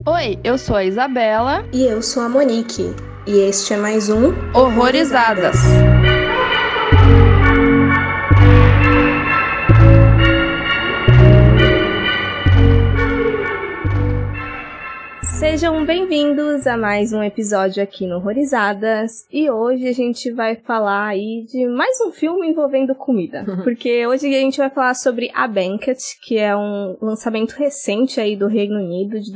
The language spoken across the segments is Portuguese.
Oi, eu sou a Isabela. E eu sou a Monique. E este é mais um Horrorizadas. Sejam bem-vindos a mais um episódio aqui no Horrorizadas. E hoje a gente vai falar aí de mais um filme envolvendo comida. Porque hoje a gente vai falar sobre A Banquet, que é um lançamento recente aí do Reino Unido de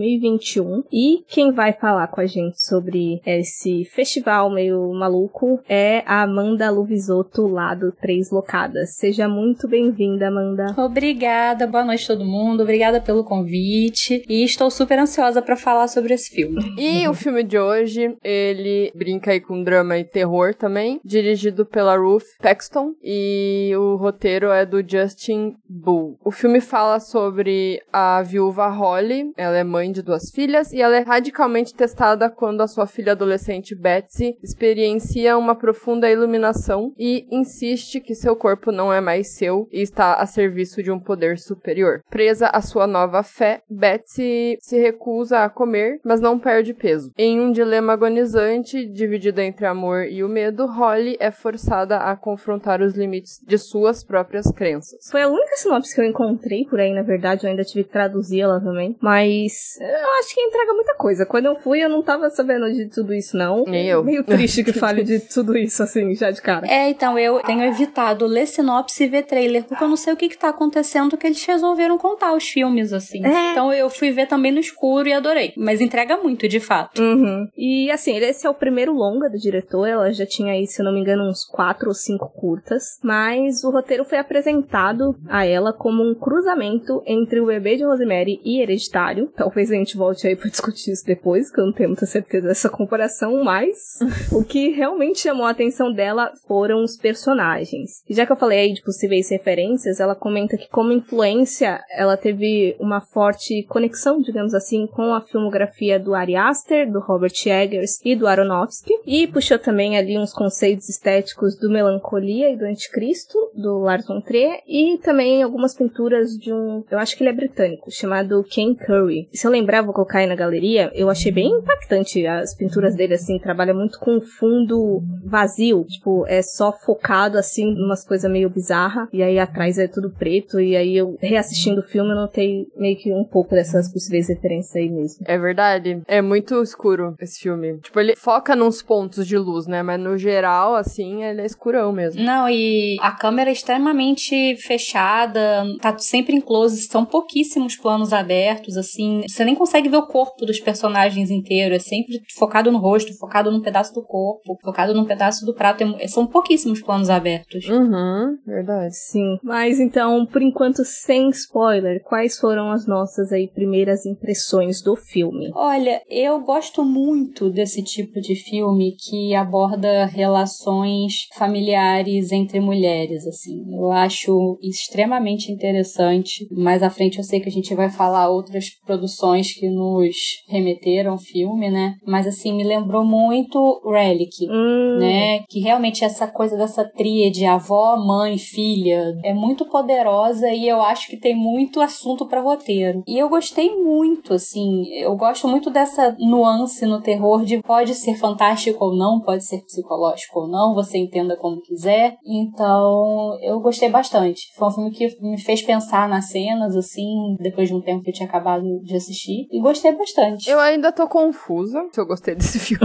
2021. E quem vai falar com a gente sobre esse festival meio maluco é a Amanda Luvisotto, lá do Três Locadas. Seja muito bem-vinda, Amanda. Obrigada, boa noite todo mundo, obrigada pelo convite. E estou super ansiosa pra falar sobre esse filme. E o filme de hoje, ele brinca aí com drama e terror também, dirigido pela Ruth Paxton, e o roteiro é do Justin Bull. O filme fala sobre a viúva Holly, ela é mãe de 2 filhas, e ela é radicalmente testada quando a sua filha adolescente Betsy experiencia uma profunda iluminação e insiste que seu corpo não é mais seu e está a serviço de um poder superior. Presa à sua nova fé, Betsy se recusa a comer, mas não perde peso. Em um dilema agonizante, dividido entre amor e o medo, Holly é forçada a confrontar os limites de suas próprias crenças. Foi a única sinopse que eu encontrei por aí, na verdade, eu ainda tive que traduzir ela também, mas eu acho que entrega muita coisa. Quando eu fui, eu não tava sabendo de tudo isso, não. Nem eu. Meio triste que fale de tudo isso, assim, já de cara. Então eu tenho evitado ler sinopse e ver trailer, porque eu não sei o que tá acontecendo, que eles resolveram contar os filmes, assim. Então eu fui ver também no escuro e adorei. Mas entrega muito, de fato. Uhum. E assim, esse é o primeiro longa do diretor, ela já tinha aí, se eu não me engano, uns 4 ou 5 curtas, mas o roteiro foi apresentado a ela como um cruzamento entre O Bebê de Rosemary e Hereditário. Talvez a gente volte aí pra discutir isso depois, que eu não tenho muita certeza dessa comparação, mas o que realmente chamou a atenção dela foram os personagens. E já que eu falei aí de possíveis referências, ela comenta que como influência, ela teve uma forte conexão, digamos assim, com a filmografia do Ari Aster, do Robert Eggers e do Aronofsky, e puxou também ali uns conceitos estéticos do Melancolia e do Anticristo, do Lars von Trier, e também algumas pinturas de eu acho que ele é britânico, chamado Ken Curry. Se eu lembrar, vou colocar aí na galeria, eu achei bem impactante as pinturas dele, assim, trabalha muito com fundo vazio, tipo, é só focado, assim, numas coisas meio bizarras, e aí atrás é tudo preto, e aí eu, reassistindo o filme, eu notei meio que um pouco dessas possíveis referências aí mesmo. É verdade. É muito escuro esse filme. Tipo, ele foca nos pontos de luz, né? Mas no geral, assim, ele é escurão mesmo. Não, e a câmera é extremamente fechada, tá sempre em close, são pouquíssimos planos abertos, assim. Você nem consegue ver o corpo dos personagens inteiro, é sempre focado no rosto, focado num pedaço do corpo, focado num pedaço do prato. São pouquíssimos planos abertos. Uhum, verdade. Sim. Mas então, por enquanto, sem spoiler, quais foram as nossas aí primeiras impressões do filme? Olha, eu gosto muito desse tipo de filme que aborda relações familiares entre mulheres, assim. Eu acho extremamente interessante. Mais à frente eu sei que a gente vai falar outras produções que nos remeteram ao filme, né? Mas, assim, me lembrou muito Relic, né? Que realmente essa coisa dessa tríade, avó, mãe, filha, é muito poderosa e eu acho que tem muito assunto pra roteiro. E eu gostei muito, assim, eu gosto muito dessa nuance no terror de pode ser fantástico ou não, pode ser psicológico ou não, você entenda como quiser. Então, eu gostei bastante. Foi um filme que me fez pensar nas cenas, assim, depois de um tempo que eu tinha acabado de assistir, e gostei bastante. Eu ainda tô confusa se eu gostei desse filme.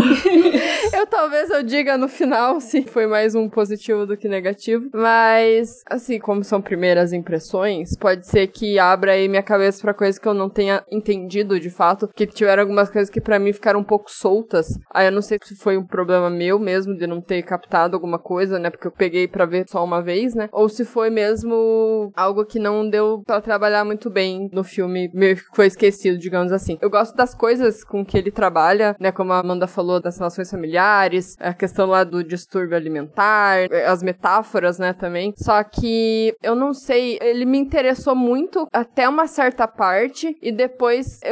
Talvez eu diga no final se foi mais um positivo do que negativo, mas, assim, como são primeiras impressões, pode ser que abra aí minha cabeça pra coisas que eu não tenha entendido de fato, que tiveram algumas coisas que pra mim ficaram um pouco soltas. Aí eu não sei se foi um problema meu mesmo de não ter captado alguma coisa, né, porque eu peguei pra ver só uma vez, né, ou se foi mesmo algo que não deu pra trabalhar muito bem no filme, meio que foi esquecido, digamos assim. Eu gosto das coisas com que ele trabalha, né, como a Amanda falou, das relações familiares, a questão lá do distúrbio alimentar, as metáforas, né, também. Só que, eu não sei, ele me interessou muito até uma certa parte, e depois eu vi que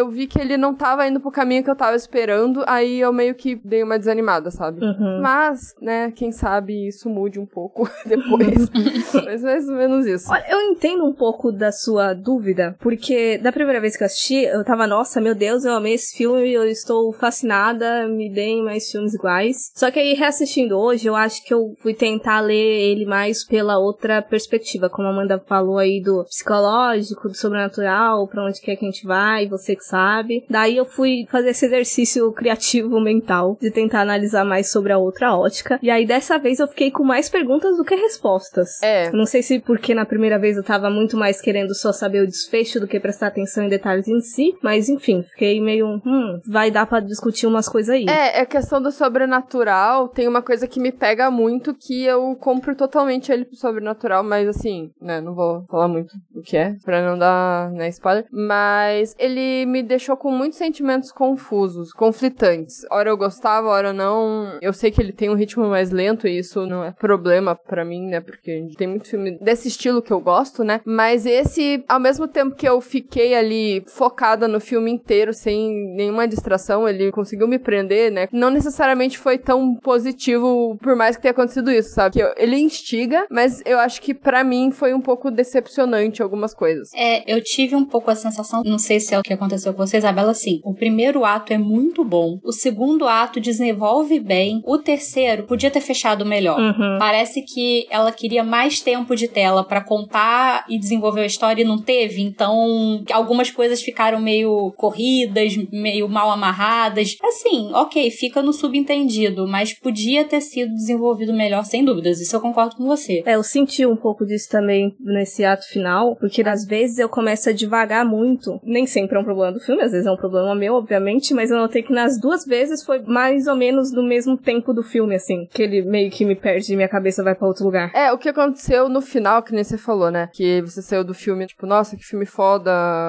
ele não tava indo pro caminho que eu tava esperando, aí eu meio que dei uma desanimada, sabe? Mas, né, quem sabe isso mude um pouco depois. Mas mais ou menos isso. Olha, eu entendo um pouco da sua dúvida, porque da primeira vez que eu assisti, eu tava, nossa, meu Deus, eu amei esse filme, eu estou fascinada, me deem mais filmes iguais. Só que aí, reassistindo hoje, eu acho que eu fui tentar ler ele mais pela outra perspectiva, como a Amanda falou aí, do psicológico, do sobrenatural, pra onde quer que a gente vai, você que sabe. Daí eu fui fazer esse exercício criativo mental, de tentar analisar mais sobre a outra ótica. E aí, dessa vez, eu fiquei com mais perguntas do que respostas. Eu não sei se porque na primeira vez eu tava muito mais querendo só saber o desfecho do que prestar atenção em detalhes em si, mas enfim, fiquei meio, vai dar pra discutir umas coisas aí. É questão do sobrenatural, tem uma coisa que me pega muito, que eu compro totalmente ele pro sobrenatural, mas assim, né, não vou falar muito do que é, pra não dar, né, spoiler, mas ele me deixou com muitos sentimentos confusos, conflitantes. Ora eu gostava, ora não. Eu sei que ele tem um ritmo mais lento e isso não é problema pra mim, né, porque tem muito filme desse estilo que eu gosto, né, mas esse, ao mesmo tempo que eu fiquei ali focada no filme inteiro, sem nenhuma distração, ele conseguiu me prender, né, não necessariamente foi tão positivo, por mais que tenha acontecido isso, sabe, que ele instiga, mas eu acho que pra mim foi um pouco decepcionante algumas coisas. Eu tive um pouco a sensação, não sei se é o que aconteceu com você, Isabela, assim, o primeiro ato é muito bom, o segundo ato desenvolve bem, o terceiro podia ter fechado melhor. Parece que ela queria mais tempo de tela pra contar e desenvolver a história e não teve, então algumas coisas ficaram meio corridas, meio mal amarradas. Assim, ok, fica no subentendido, mas podia ter sido desenvolvido melhor, sem dúvidas, isso eu concordo com você. Eu senti um pouco disso também nesse ato final, porque às vezes eu começo a devagar muito, nem sempre é um problema do filme, às vezes é um problema meu, obviamente, mas eu notei que nas duas vezes foi mais ou menos no mesmo tempo do filme, assim, que ele meio que me perde e minha cabeça vai pra outro lugar. O que aconteceu no final, que nem você falou, né, que você saiu do filme, tipo, nossa, que filme foda.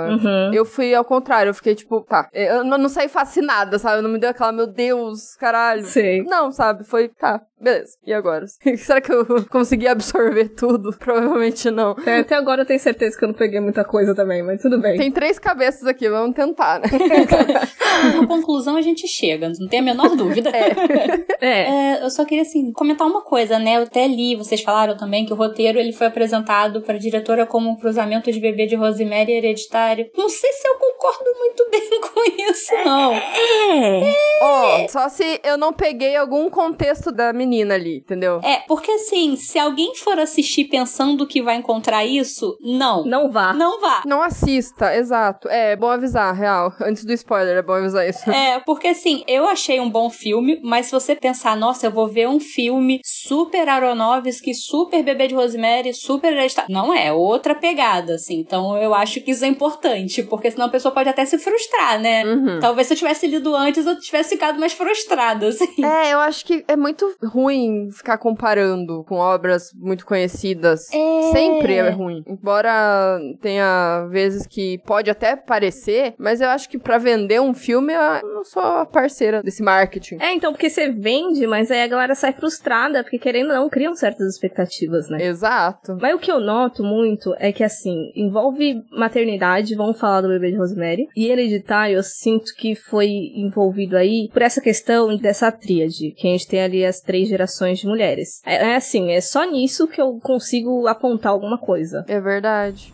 Eu fui ao contrário, eu fiquei tipo, tá, eu não saí fascinada, sabe, não me deu aquela, meu Deus, caralho. Sei. Não, sabe, foi, tá, beleza, e agora? Será que eu consegui absorver tudo? Provavelmente não. Até agora eu tenho certeza que eu não peguei muita coisa também, mas tudo bem. Tem 3 cabeças aqui, vamos tentar, né? Na conclusão a gente chega, não tem a menor dúvida. Eu só queria, assim, comentar uma coisa, né? Eu até li, vocês falaram também que o roteiro ele foi apresentado para a diretora como um cruzamento de Bebê de Rosemary e Hereditário. Não sei se eu concordo muito bem com isso, não. Só se eu não peguei algum contexto da menina ali, entendeu? Porque assim, se alguém for assistir pensando que vai encontrar isso, não vá. Não vá. Não assista, exato. É bom avisar, real. Antes do spoiler, é bom avisar isso. Porque assim, eu achei um bom filme, mas se você pensar, nossa, eu vou ver um filme super Aronofsky, super Bebê de Rosemary, super Hereditário. Não é, outra pegada, assim. Então eu acho que isso é importante, porque senão a pessoa pode até se frustrar, né? Talvez se eu tivesse lido antes, eu tivesse ficado mais frustrada, assim. Eu acho que é muito ruim ficar comparando com obras muito conhecidas. Sempre é ruim. Embora tenha vezes que pode até parecer, mas eu acho que pra vender um filme, eu não sou a parceira desse marketing. Então, porque você vende, mas aí a galera sai frustrada, porque querendo ou não, criam certas expectativas, né? Exato. Mas o que eu noto muito é que, assim, envolve maternidade, vamos falar do Bebê de Rosemary, e Hereditário, eu sinto que foi envolvido aí por essa questão dessa tríade, que a gente tem ali as 3 gerações de mulheres. Assim, é só nisso que eu consigo apontar alguma coisa. É verdade.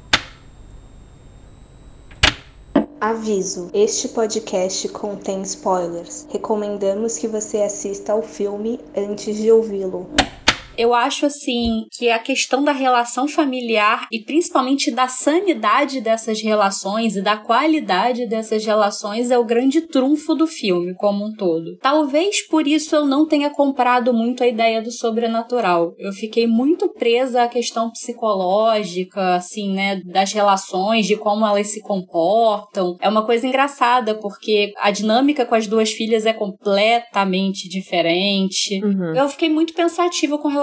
Aviso: este podcast contém spoilers. Recomendamos que você assista ao filme antes de ouvi-lo. Eu acho, assim, que a questão da relação familiar e principalmente da sanidade dessas relações e da qualidade dessas relações é o grande trunfo do filme como um todo. Talvez por isso eu não tenha comprado muito a ideia do sobrenatural. Eu fiquei muito presa à questão psicológica, assim, né, das relações, de como elas se comportam. É uma coisa engraçada, porque a dinâmica com as 2 filhas é completamente diferente. Eu fiquei muito pensativa com relação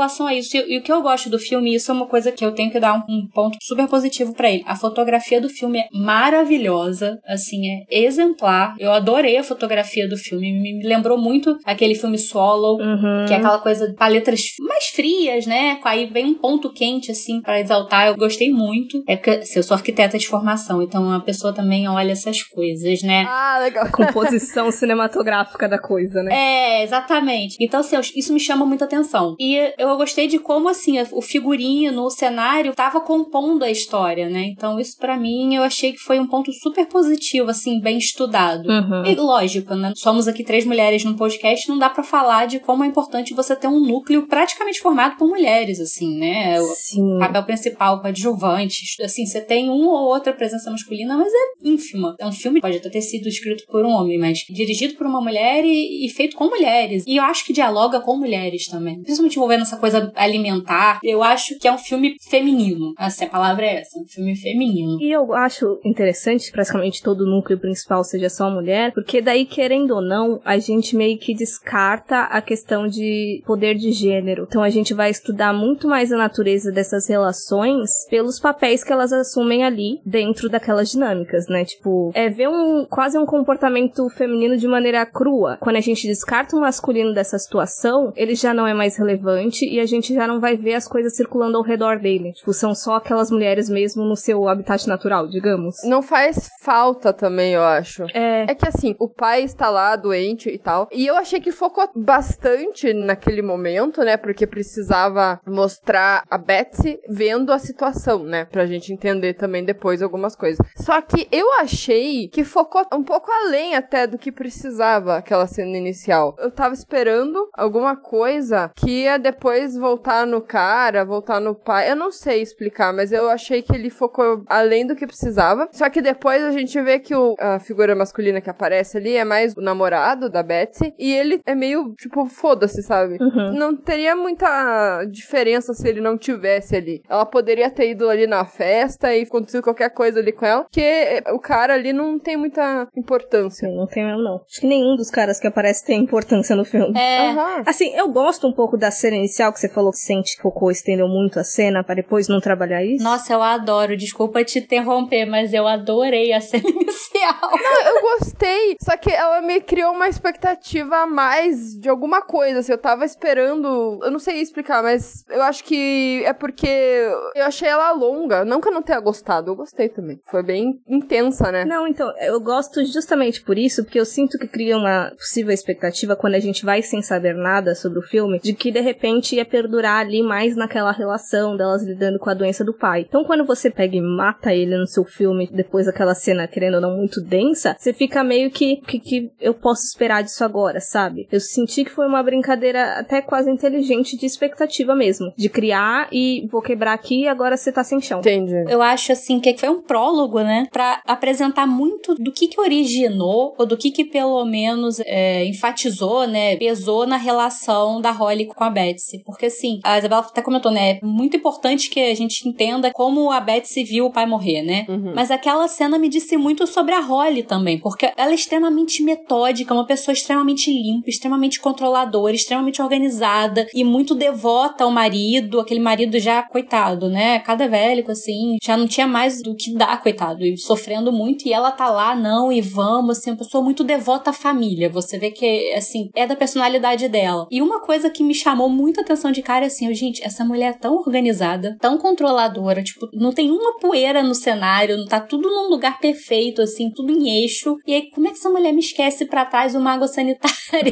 relação a isso. E o que eu gosto do filme, isso é uma coisa que eu tenho que dar um ponto super positivo pra ele. A fotografia do filme é maravilhosa, assim, é exemplar. Eu adorei a fotografia do filme. Me lembrou muito aquele filme Swallow, que é aquela coisa de paletas mais frias, né? Aí vem um ponto quente, assim, pra exaltar. Eu gostei muito. É porque eu sou arquiteta de formação, então a pessoa também olha essas coisas, né? Ah, legal. A composição cinematográfica da coisa, né? É, exatamente. Então, assim, isso me chama muita atenção. E eu gostei de como, assim, o figurino, o cenário, tava compondo a história, né? Então, isso pra mim, eu achei que foi um ponto super positivo, assim, bem estudado. E lógico, né? Somos aqui 3 mulheres num podcast, não dá pra falar de como é importante você ter um núcleo praticamente formado por mulheres, assim, né? O papel principal, coadjuvantes. Assim, você tem uma ou outra presença masculina, mas é ínfima. É um filme, pode até ter sido escrito por um homem, mas dirigido por uma mulher e feito com mulheres. E eu acho que dialoga com mulheres também. Principalmente envolvendo essa coisa alimentar. Eu acho que é um filme feminino. Assim, a palavra é essa. Um filme feminino. E eu acho interessante que praticamente todo o núcleo principal seja só mulher, porque daí, querendo ou não, a gente meio que descarta a questão de poder de gênero. Então a gente vai estudar muito mais a natureza dessas relações pelos papéis que elas assumem ali dentro daquelas dinâmicas, né? Tipo, ver quase um comportamento feminino de maneira crua. Quando a gente descarta o masculino dessa situação, ele já não é mais relevante e a gente já não vai ver as coisas circulando ao redor dele. Tipo, são só aquelas mulheres mesmo no seu habitat natural, digamos. Não faz falta também, eu acho. É que assim, o pai está lá doente e tal, e eu achei que focou bastante naquele momento, né, porque precisava mostrar a Betsy vendo a situação, né, pra gente entender também depois algumas coisas. Só que eu achei que focou um pouco além até do que precisava aquela cena inicial. Eu tava esperando alguma coisa que ia depois voltar no cara, voltar no pai. Eu não sei explicar, mas eu achei que ele focou além do que precisava. Só que depois a gente vê que a figura masculina que aparece ali é mais o namorado da Betsy, e ele é meio, tipo, foda-se, sabe? Não teria muita diferença se ele não tivesse ali. Ela poderia ter ido ali na festa e acontecido qualquer coisa ali com ela, porque o cara ali não tem muita importância. Não tem mesmo, não. Acho que nenhum dos caras que aparece tem importância no filme. Assim, eu gosto um pouco da cena inicial que você falou que sente que Foucault estendeu muito a cena pra depois não trabalhar isso. Nossa, eu adoro. Desculpa te interromper, mas eu adorei a cena inicial. Não, eu gostei. Só que ela me criou uma expectativa a mais de alguma coisa. Assim, eu tava esperando... Eu não sei explicar, mas eu acho que é porque eu achei ela longa. Não que eu não tenha gostado, eu gostei também. Foi bem intensa, né? Não, então, eu gosto justamente por isso, porque eu sinto que cria uma possível expectativa quando a gente vai sem saber nada sobre o filme, de que de repente ia perdurar ali mais naquela relação delas lidando com a doença do pai. Então quando você pega e mata ele no seu filme, depois daquela cena, querendo ou não, muito densa, você fica meio que eu posso esperar disso agora, sabe? Eu senti que foi uma brincadeira até quase inteligente de expectativa mesmo, de criar e vou quebrar aqui e agora você tá sem chão. Entendi. Eu acho, assim, que foi um prólogo, né? Pra apresentar muito do que originou, ou do que pelo menos enfatizou, né? Pesou na relação da Holly com a Betsy. Porque, assim, a Isabela até comentou, né? É muito importante que a gente entenda como a Betsy viu o pai morrer, né? Mas aquela cena me disse muito sobre a Holly também, porque ela é extremamente metódica, uma pessoa extremamente limpa, extremamente controladora, extremamente organizada e muito devota ao marido, aquele marido já, coitado, né? Cadavérico, assim, já não tinha mais do que dar, coitado, e sofrendo muito, e ela tá lá, não, e vamos, assim, uma pessoa muito devota à família. Você vê que, assim, é da personalidade dela. E uma coisa que me chamou muita atenção de cara é assim, gente, essa mulher é tão organizada, tão controladora, tipo, não tem uma poeira no cenário, tá tudo num lugar perfeito, assim, tudo em eixo. E aí, como é que essa mulher me esquece pra trás uma água sanitária?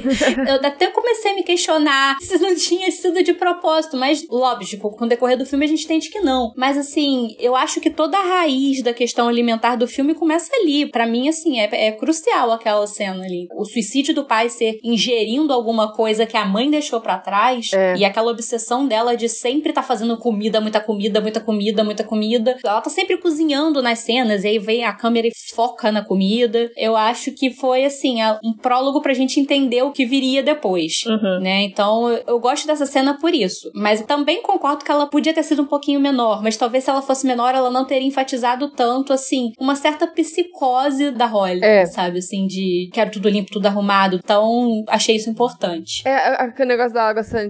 Eu até comecei a me questionar se não tinha sido de propósito, mas, lógico, com o decorrer do filme a gente entende que não. Mas, assim, eu acho que toda a raiz da questão alimentar do filme começa ali. Pra mim, assim, é crucial aquela cena ali. O suicídio do pai ser ingerindo alguma coisa que a mãe deixou pra trás, e aquela obsessão dela de sempre tá fazendo comida, muita comida, muita comida, muita comida. Ela tá sempre cozinhando nas cenas, e aí vem a câmera e foca na comida. Eu acho que foi, assim, um prólogo pra gente entender o que viria depois, né? Então, eu gosto dessa cena por isso. Mas também concordo que ela podia ter sido um pouquinho menor, mas talvez se ela fosse menor, ela não teria enfatizado tanto, assim, uma certa psicose da Holly, sabe? Assim, de quero tudo limpo, tudo arrumado. Então, achei isso importante. Aquele negócio da água sanitária que você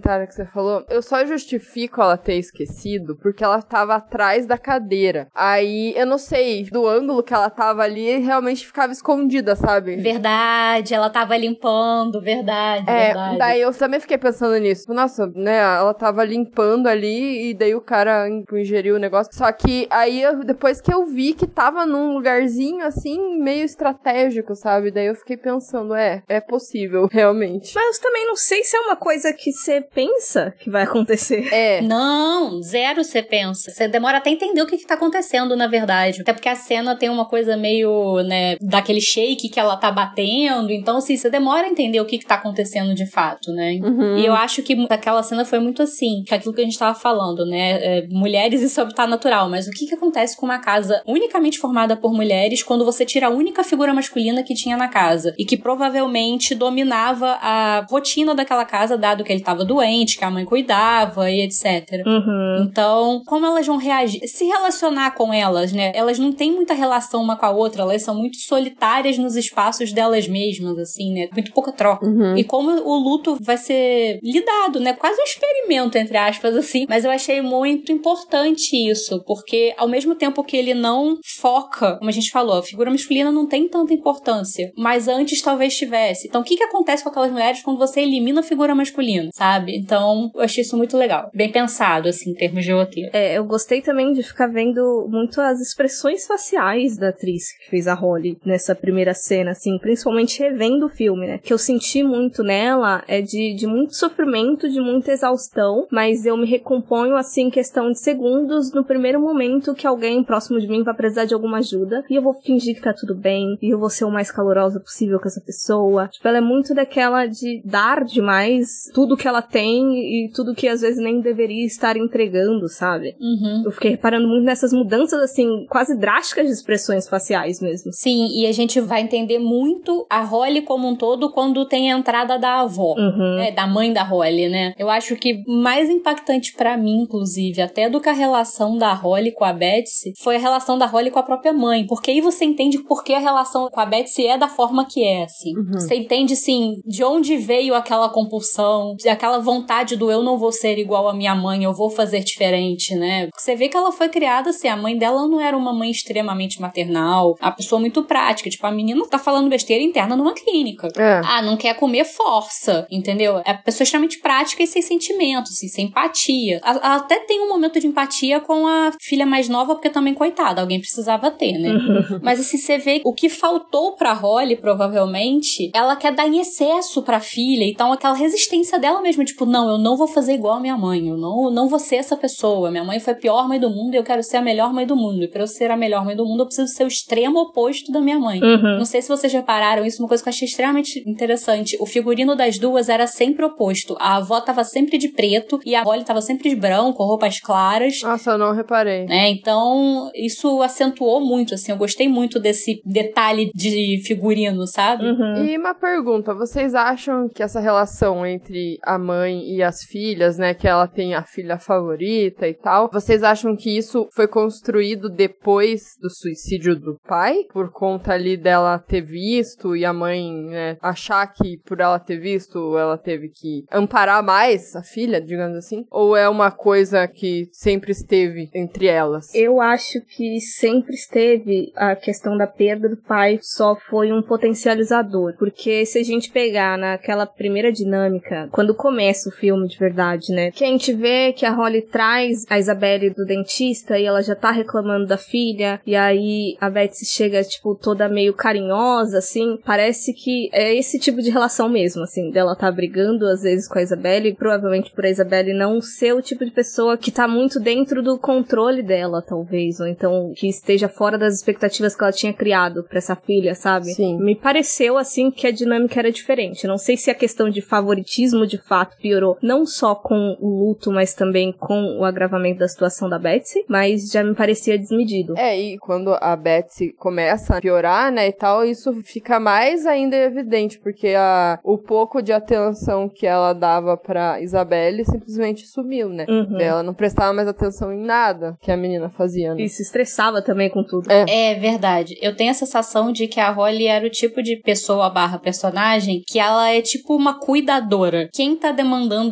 você falou, eu só justifico ela ter esquecido porque ela tava atrás da cadeira. Aí, eu não sei, do ângulo que ela tava ali, realmente ficava escondida, sabe? Verdade, ela tava limpando, verdade. Daí eu também fiquei pensando nisso. Nossa, né, ela tava limpando ali e daí o cara ingeriu o negócio. Só que aí, depois que eu vi que tava num lugarzinho, assim, meio estratégico, sabe? Daí eu fiquei pensando, é possível, realmente. Mas eu também não sei se é uma coisa que você pensa que vai acontecer. Não, zero você pensa. Você demora até entender o que tá acontecendo, na verdade. Até porque a cena tem uma coisa meio, né, daquele shake que ela tá batendo. Então, assim, você demora a entender o que tá acontecendo de fato, né? Uhum. E eu acho que aquela cena foi muito assim, que aquilo que a gente tava falando, né? Mulheres e seu habitat natural. Mas o que acontece com uma casa unicamente formada por mulheres quando você tira a única figura masculina que tinha na casa? E que provavelmente dominava a rotina daquela casa, dado que ele tava doente, que a mãe cuidava e etc. Uhum. Então, como elas vão reagir? Se relacionar com elas, né? Elas não têm muita relação uma com a outra, elas são muito solitárias nos espaços delas mesmas, assim, né? Muito pouca troca. Uhum. E como o luto vai ser lidado, né? Quase um experimento, entre aspas, assim. Mas eu achei muito importante isso, porque ao mesmo tempo que ele não foca, como a gente falou, a figura masculina não tem tanta importância, mas antes talvez tivesse. Então, o que acontece com aquelas mulheres quando você elimina a figura masculina, sabe? Então, eu achei isso muito legal. Bem pensado, assim, em termos de roteiro. Eu gostei também de ficar vendo muito as expressões faciais da atriz que fez a Holly nessa primeira cena, assim, principalmente revendo o filme, né? Que eu senti muito nela de muito sofrimento, de muita exaustão, mas eu me recomponho, assim, em questão de segundos no primeiro momento que alguém próximo de mim vai precisar de alguma ajuda, e eu vou fingir que tá tudo bem, e eu vou ser o mais calorosa possível com essa pessoa. Tipo, ela é muito daquela de dar demais tudo que ela tem e tudo que às vezes nem deveria estar entregando, sabe? Uhum. Eu fiquei reparando muito nessas mudanças, assim, quase drásticas de expressões faciais mesmo. Sim, e a gente vai entender muito a Holly como um todo quando tem a entrada da avó, né, da mãe da Holly, né? Eu acho que mais impactante pra mim, inclusive, até do que a relação da Holly com a Betsy, foi a relação da Holly com a própria mãe, porque aí você entende por que a relação com a Betsy é da forma que é, assim. Uhum. Você entende, assim, de onde veio aquela compulsão, aquela vontade do eu não vou ser igual a minha mãe, eu vou fazer diferente, né? Você vê que ela foi criada assim, a mãe dela não era uma mãe extremamente maternal, a pessoa muito prática, tipo, a menina tá falando besteira interna numa clínica. Não quer comer, força, entendeu? É a pessoa extremamente prática e sem sentimentos, assim, sem empatia. Ela até tem um momento de empatia com a filha mais nova, porque também, coitada, alguém precisava ter, né? Mas assim, você vê o que faltou pra Holly, provavelmente, ela quer dar em excesso pra filha, então aquela resistência dela mesmo, tipo, não, eu não vou fazer igual a minha mãe, eu não vou ser essa pessoa, minha mãe foi a pior mãe do mundo e eu quero ser a melhor mãe do mundo, e pra eu ser a melhor mãe do mundo eu preciso ser o extremo oposto da minha mãe. Não sei se vocês repararam isso, uma coisa que eu achei extremamente interessante, o figurino das duas era sempre oposto, a avó tava sempre de preto e a Holly tava sempre de branco, roupas claras. Nossa, eu não reparei. Né? Então, isso acentuou muito, assim, eu gostei muito desse detalhe de figurino, sabe? E uma pergunta, vocês acham que essa relação entre a mãe e as filhas, né, que ela tem a filha favorita e tal, vocês acham que isso foi construído depois do suicídio do pai? Por conta ali dela ter visto e a mãe, né, achar que por ela ter visto, ela teve que amparar mais a filha, digamos assim? Ou é uma coisa que sempre esteve entre elas? Eu acho que sempre esteve. A questão da perda do pai só foi um potencializador, porque se a gente pegar naquela primeira dinâmica, quando começa o filme de verdade, né, que a gente vê que a Holly traz a Isabelle do dentista e ela já tá reclamando da filha, e aí a Betsy chega, tipo, toda meio carinhosa, assim, parece que é esse tipo de relação mesmo, assim, dela tá brigando às vezes com a Isabelle, provavelmente por a Isabelle não ser o tipo de pessoa que tá muito dentro do controle dela, talvez, ou então que esteja fora das expectativas que ela tinha criado pra essa filha, sabe? Sim. Me pareceu, assim, que a dinâmica era diferente. Não sei se a questão de favoritismo, de fato, piorou, não só com o luto, mas também com o agravamento da situação da Betsy, mas já me parecia desmedido. E quando a Betsy começa a piorar, né, e tal, isso fica mais ainda evidente, porque o pouco de atenção que ela dava pra Isabelle simplesmente sumiu, né? Ela não prestava mais atenção em nada que a menina fazia, né? E se estressava também com tudo. É verdade. Eu tenho a sensação de que a Holly era o tipo de pessoa / personagem que ela é tipo uma cuidadora. Quem tá demandando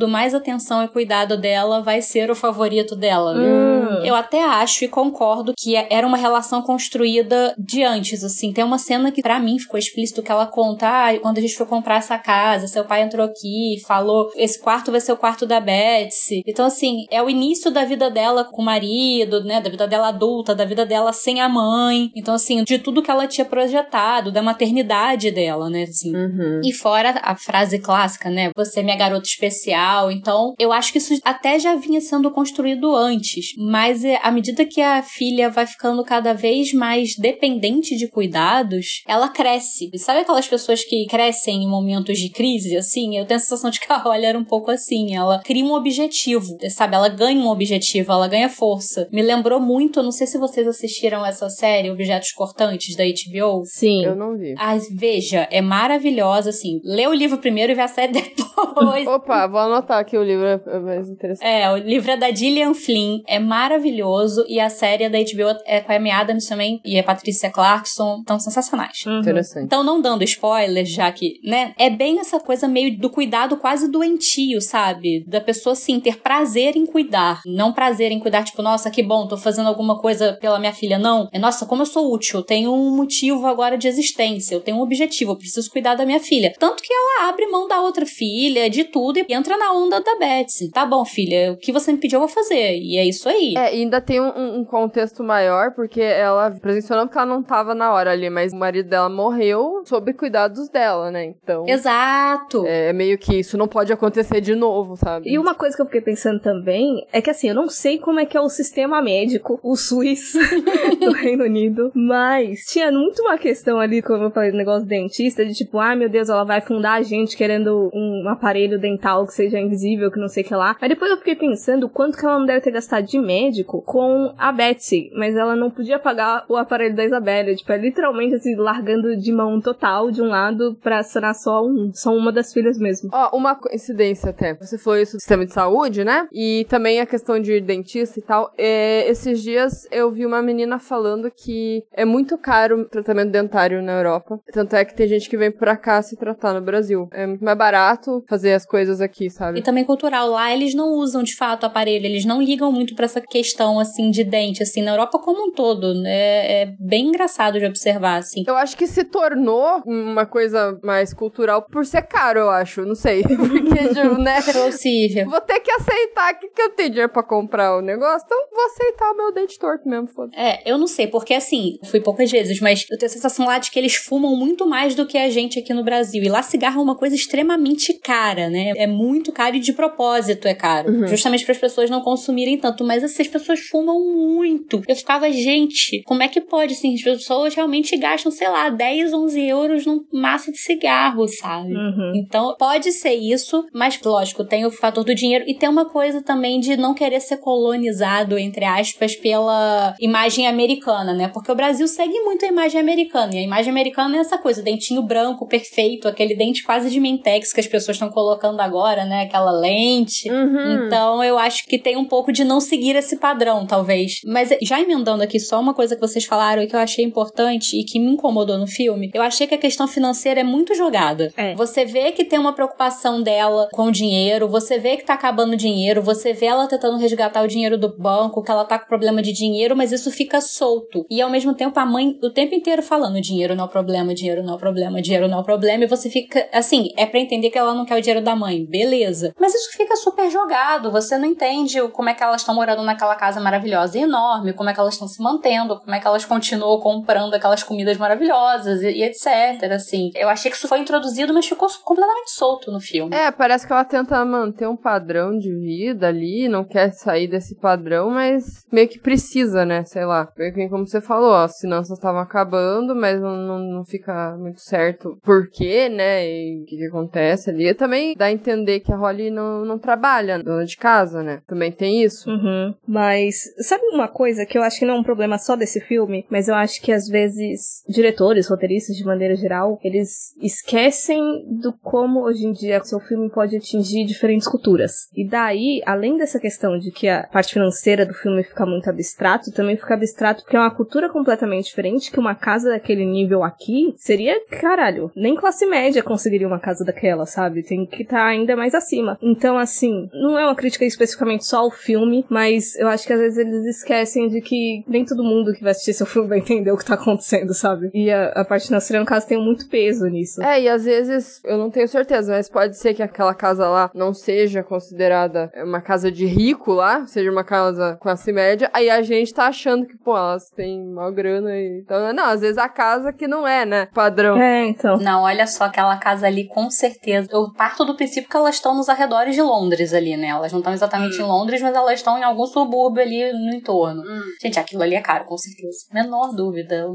recebendo mais atenção e cuidado dela vai ser o favorito dela. Eu até acho e concordo que era uma relação construída de antes, assim. Tem uma cena que pra mim ficou explícito que ela conta, quando a gente foi comprar essa casa, seu pai entrou aqui, falou, esse quarto vai ser o quarto da Betsy. Então, assim, é o início da vida dela com o marido, né, da vida dela adulta, da vida dela sem a mãe. Então, assim, de tudo que ela tinha projetado, da maternidade dela, né, assim. E fora a frase clássica, né, você é minha garota especial. Então, eu acho que isso até já vinha sendo construído antes, mas à medida que a filha vai ficando cada vez mais dependente de cuidados, ela cresce. E sabe aquelas pessoas que crescem em momentos de crise, assim? Eu tenho a sensação de que a Holly era um pouco assim. Ela cria um objetivo, sabe? Ela ganha um objetivo, ela ganha força. Me lembrou muito, eu não sei se vocês assistiram essa série, Objetos Cortantes, da HBO. Sim. Eu não vi. Ai, veja, é maravilhosa, assim. Lê o livro primeiro e vê a série depois. Opa, vou anotar aqui, o livro é mais interessante. O livro é da Gillian Flynn, é maravilhoso, e a série é da HBO é com a Amy Adams também, e a Patricia Clarkson, estão sensacionais. Interessante. Então, não dando spoilers, já que, né, é bem essa coisa meio do cuidado quase doentio, sabe? Da pessoa, assim, ter prazer em cuidar. Não prazer em cuidar, tipo, nossa, que bom, tô fazendo alguma coisa pela minha filha. Não. É, nossa, como eu sou útil, eu tenho um motivo agora de existência, eu tenho um objetivo, eu preciso cuidar da minha filha. Tanto que ela abre mão da outra filha, de tudo, e entra na onda da Betsy. Tá bom, filha, o que você me pediu eu vou fazer. E é isso aí. E ainda tem um contexto maior, porque ela presenciou porque ela não tava na hora ali, mas o marido dela morreu sob cuidados dela, né? Então... Exato. É meio que isso não pode acontecer de novo, sabe? E uma coisa que eu fiquei pensando também é que, assim, eu não sei como é que é o sistema médico, o SUS do Reino Unido, mas tinha muito uma questão ali, como eu falei, do negócio do dentista, de tipo, meu Deus, ela vai fundar a gente querendo um aparelho dental que seja invisível, que não sei o que lá. Mas depois eu fiquei pensando o quanto que ela não deve ter gastado de médico com a Betsy, mas ela não podia pagar o aparelho da Isabela, tipo, é literalmente assim, largando de mão total de um lado pra sanar só uma das filhas mesmo. Uma coincidência até, você falou isso do sistema de saúde, né? E também a questão de dentista e tal, esses dias eu vi uma menina falando que é muito caro o tratamento dentário na Europa, tanto é que tem gente que vem pra cá se tratar no Brasil. É muito mais barato fazer as coisas aqui, sabe? E também cultural, lá eles não usam de fato o aparelho, eles não ligam muito pra essa questão, assim, de dente, assim, na Europa como um todo, né? É bem engraçado de observar, assim. Eu acho que se tornou uma coisa mais cultural por ser caro, eu acho, não sei, porque, né? Possível. Vou ter que aceitar que eu tenho dinheiro pra comprar o negócio, então vou aceitar o meu dente torto mesmo, foda-se. Eu não sei, porque assim, fui poucas vezes, mas eu tenho a sensação lá de que eles fumam muito mais do que a gente aqui no Brasil, e lá cigarro é uma coisa extremamente cara, né? É muito caro e de propósito é caro, justamente para as pessoas não consumirem tanto, mas assim, as pessoas fumam muito. Eu ficava, gente, como é que pode, assim, as pessoas realmente gastam, sei lá, 10, 11 euros num maço de cigarro, sabe? Então, pode ser isso, mas, lógico, tem o fator do dinheiro e tem uma coisa também de não querer ser colonizado, entre aspas, pela imagem americana, né? Porque o Brasil segue muito a imagem americana, e a imagem americana é essa coisa, dentinho branco, perfeito, aquele dente quase de mentex que as pessoas estão colocando agora, né? Aquela lente. Então, eu acho que tem um pouco de não seguir esse padrão, talvez. Mas, já emendando aqui só uma coisa que vocês falaram e que eu achei importante e que me incomodou no filme, eu achei que a questão financeira é muito jogada. Você vê que tem uma preocupação dela com o dinheiro, você vê que tá acabando o dinheiro, você vê ela tentando resgatar o dinheiro do banco, que ela tá com problema de dinheiro, mas isso fica solto. E, ao mesmo tempo, a mãe o tempo inteiro falando, dinheiro não é o problema, dinheiro não é o problema, dinheiro não é o problema, e você fica, assim, é pra entender que ela não quer o dinheiro da mãe, beleza. Mas isso fica super jogado, você não entende como é que elas estão morando naquela casa maravilhosa e enorme, como é que elas estão se mantendo, como é que elas continuam comprando aquelas comidas maravilhosas e etc, assim. Eu achei que isso foi introduzido, mas ficou completamente solto no filme. Parece que ela tenta manter um padrão de vida ali, não quer sair desse padrão, mas meio que precisa, né, sei lá. Porque, como você falou, as finanças estavam acabando, mas não fica muito certo por quê, né, e o que acontece ali. E também dá a entender que a Holly não trabalha, dona de casa, né, também tem isso. Mas, sabe uma coisa que eu acho que não é um problema só desse filme, mas eu acho que às vezes diretores, roteiristas de maneira geral, eles esquecem do como hoje em dia o seu filme pode atingir diferentes culturas. E daí, além dessa questão de que a parte financeira do filme fica muito abstrato, também fica abstrato porque é uma cultura completamente diferente, que uma casa daquele nível aqui seria, caralho, nem classe média conseguiria uma casa daquela, sabe? Tem que estar ainda mais acima. cima. Então, assim, não é uma crítica especificamente só ao filme, mas eu acho que às vezes eles esquecem de que nem todo mundo que vai assistir seu filme vai entender o que tá acontecendo, sabe? E a parte financeira, no caso, tem muito peso nisso. E às vezes, eu não tenho certeza, mas pode ser que aquela casa lá não seja considerada uma casa de rico lá, seja uma casa classe média, aí a gente tá achando que, pô, elas têm maior grana e... Então, não, às vezes a casa que não é, né, padrão. Então. Não, olha só, aquela casa ali, com certeza. Eu parto do princípio que elas estão nos arredores de Londres ali, né? Elas não estão exatamente em Londres, mas elas estão em algum subúrbio ali no entorno. Gente, aquilo ali é caro, com certeza. Menor dúvida.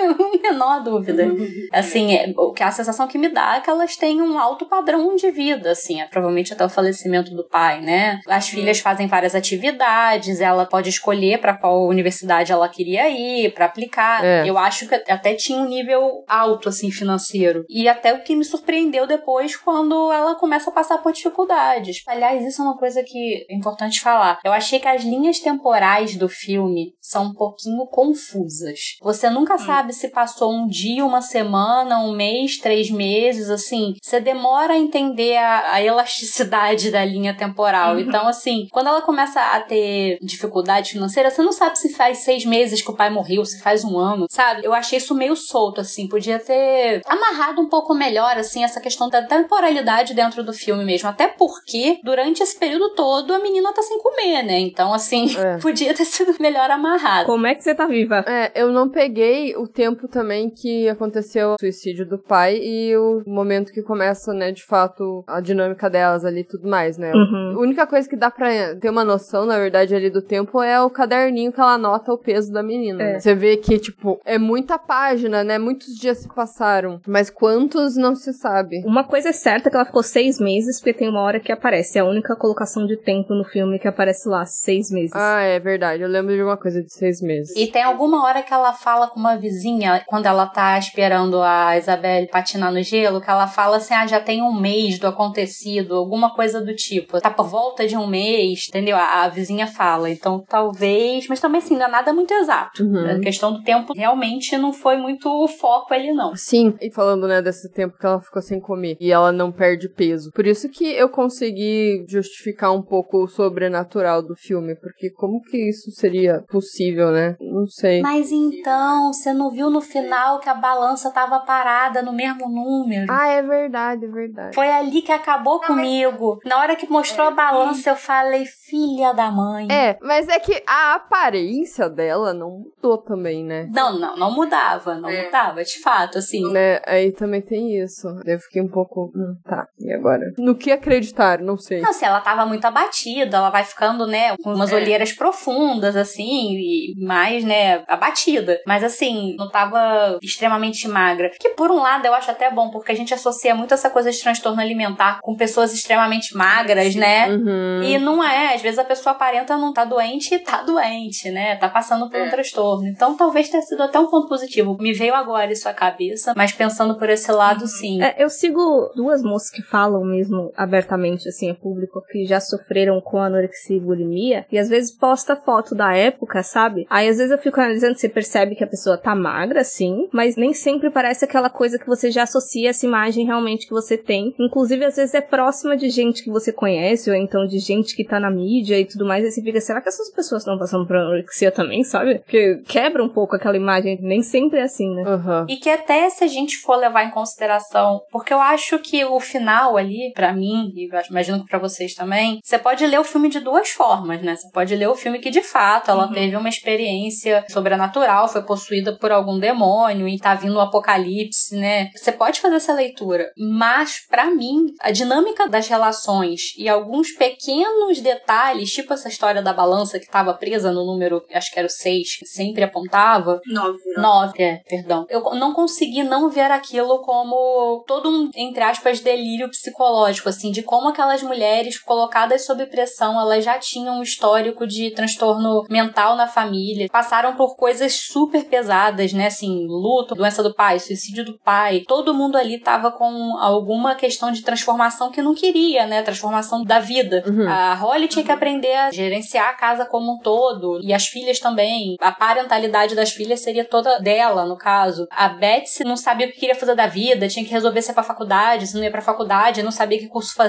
Menor dúvida. Assim, a sensação que me dá é que elas têm um alto padrão de vida, assim. Provavelmente até o falecimento do pai, né? As filhas fazem várias atividades, ela pode escolher pra qual universidade ela queria ir, pra aplicar. Eu acho que até tinha um nível alto, assim, financeiro. E até o que me surpreendeu depois quando ela começa a passar por dificuldades. Aliás, isso é uma coisa que é importante falar. Eu achei que as linhas temporais do filme são um pouquinho confusas. Você nunca sabe se passou um dia, uma semana, um mês, 3 meses, assim. Você demora a entender a elasticidade da linha temporal. Então, assim, quando ela começa a ter dificuldade financeira, você não sabe se faz 6 meses que o pai morreu, se faz 1 ano, sabe? Eu achei isso meio solto, assim. Podia ter amarrado um pouco melhor, assim, essa questão da temporalidade dentro do filme mesmo. Até porque, durante esse período todo, a menina tá sem comer, né? Então, assim, podia ter sido melhor amarrado. Como é que você tá viva? Eu não peguei o tempo também que aconteceu o suicídio do pai e o momento que começa, né, de fato, a dinâmica delas ali e tudo mais, né? A única coisa que dá pra ter uma noção, na verdade, ali do tempo é o caderninho que ela anota o peso da menina. Você vê que, tipo, é muita página, né? Muitos dias se passaram, mas quantos não se sabe. Uma coisa é certa que ela ficou 6 meses, porque tem uma hora que aparece. É a única colocação de tempo no filme que aparece lá, 6 meses. É verdade. Eu lembro de uma coisa de 6 meses. E tem alguma hora que ela fala com uma vizinha, quando ela tá esperando a Isabelle patinar no gelo, que ela fala assim, já tem 1 mês do acontecido, alguma coisa do tipo. Tá por volta de 1 mês, entendeu? A vizinha fala. Então, talvez... Mas também, assim, não é nada muito exato. A questão do tempo realmente não foi muito o foco ali, não. Sim. E falando, né, desse tempo que ela ficou sem comer. E ela não perde peso. Por isso que eu consegui justificar um pouco o sobrenatural do filme. Porque como que isso seria possível, né? Não sei. Mas então, você não viu no final que a balança tava parada no mesmo número? É verdade, é verdade. Foi ali que acabou comigo. Na hora que mostrou a balança, eu falei, filha da mãe. Mas é que a aparência dela não mudou também, né? Não mudava. Não mudava, de fato, assim. Né, aí também tem isso. Eu fiquei um pouco... tá, e agora? No que acreditar? Não sei. Não, assim, ela tava muito abatida, ela vai ficando, né, com umas olheiras profundas, assim, e mais, né, abatida. Mas, assim, não tava extremamente magra. Que, por um lado, eu acho até bom, porque a gente associa muito essa coisa de transtorno alimentar com pessoas extremamente magras, né? E não é. Às vezes a pessoa aparenta não tá doente e tá doente, né? Tá passando por um transtorno. Então, talvez tenha sido até um ponto positivo. Me veio agora isso à cabeça, mas pensando por esse lado, sim. Eu sigo 2 moças que falam mesmo abertamente, assim, a público, que já sofreram com anorexia e bulimia, e às vezes posta foto da época, sabe? Aí às vezes eu fico analisando, você percebe que a pessoa tá magra, sim, mas nem sempre parece aquela coisa que você já associa essa imagem realmente que você tem. Inclusive, às vezes é próxima de gente que você conhece, ou então de gente que tá na mídia e tudo mais, e você fica, será que essas pessoas estão passando por anorexia também, sabe? Porque quebra um pouco aquela imagem, nem sempre é assim, né? E que até se a gente for levar em consideração, porque eu acho que o final ali, pra mim, e eu imagino que pra vocês também, você pode ler o filme de 2 formas, né? Você pode ler o filme que, de fato, ela teve uma experiência sobrenatural, foi possuída por algum demônio e tá vindo o apocalipse, né? Você pode fazer essa leitura, mas, pra mim, a dinâmica das relações e alguns pequenos detalhes, tipo essa história da balança que tava presa no número, acho que era o 6, que sempre apontava. 9, perdão. Eu não consegui não ver aquilo como todo um, entre aspas, delírio psicológico, assim, de como aquelas mulheres colocadas sob pressão, elas já tinham um histórico de transtorno mental na família, passaram por coisas super pesadas, né, assim, luto, doença do pai, suicídio do pai, todo mundo ali tava com alguma questão de transformação que não queria, né, transformação da vida. A Holly tinha que aprender a gerenciar a casa como um todo, e as filhas também, a parentalidade das filhas seria toda dela, no caso. A Betsy não sabia o que queria fazer da vida, tinha que resolver se ia pra faculdade, se não ia pra faculdade, não sabia que curso fazer,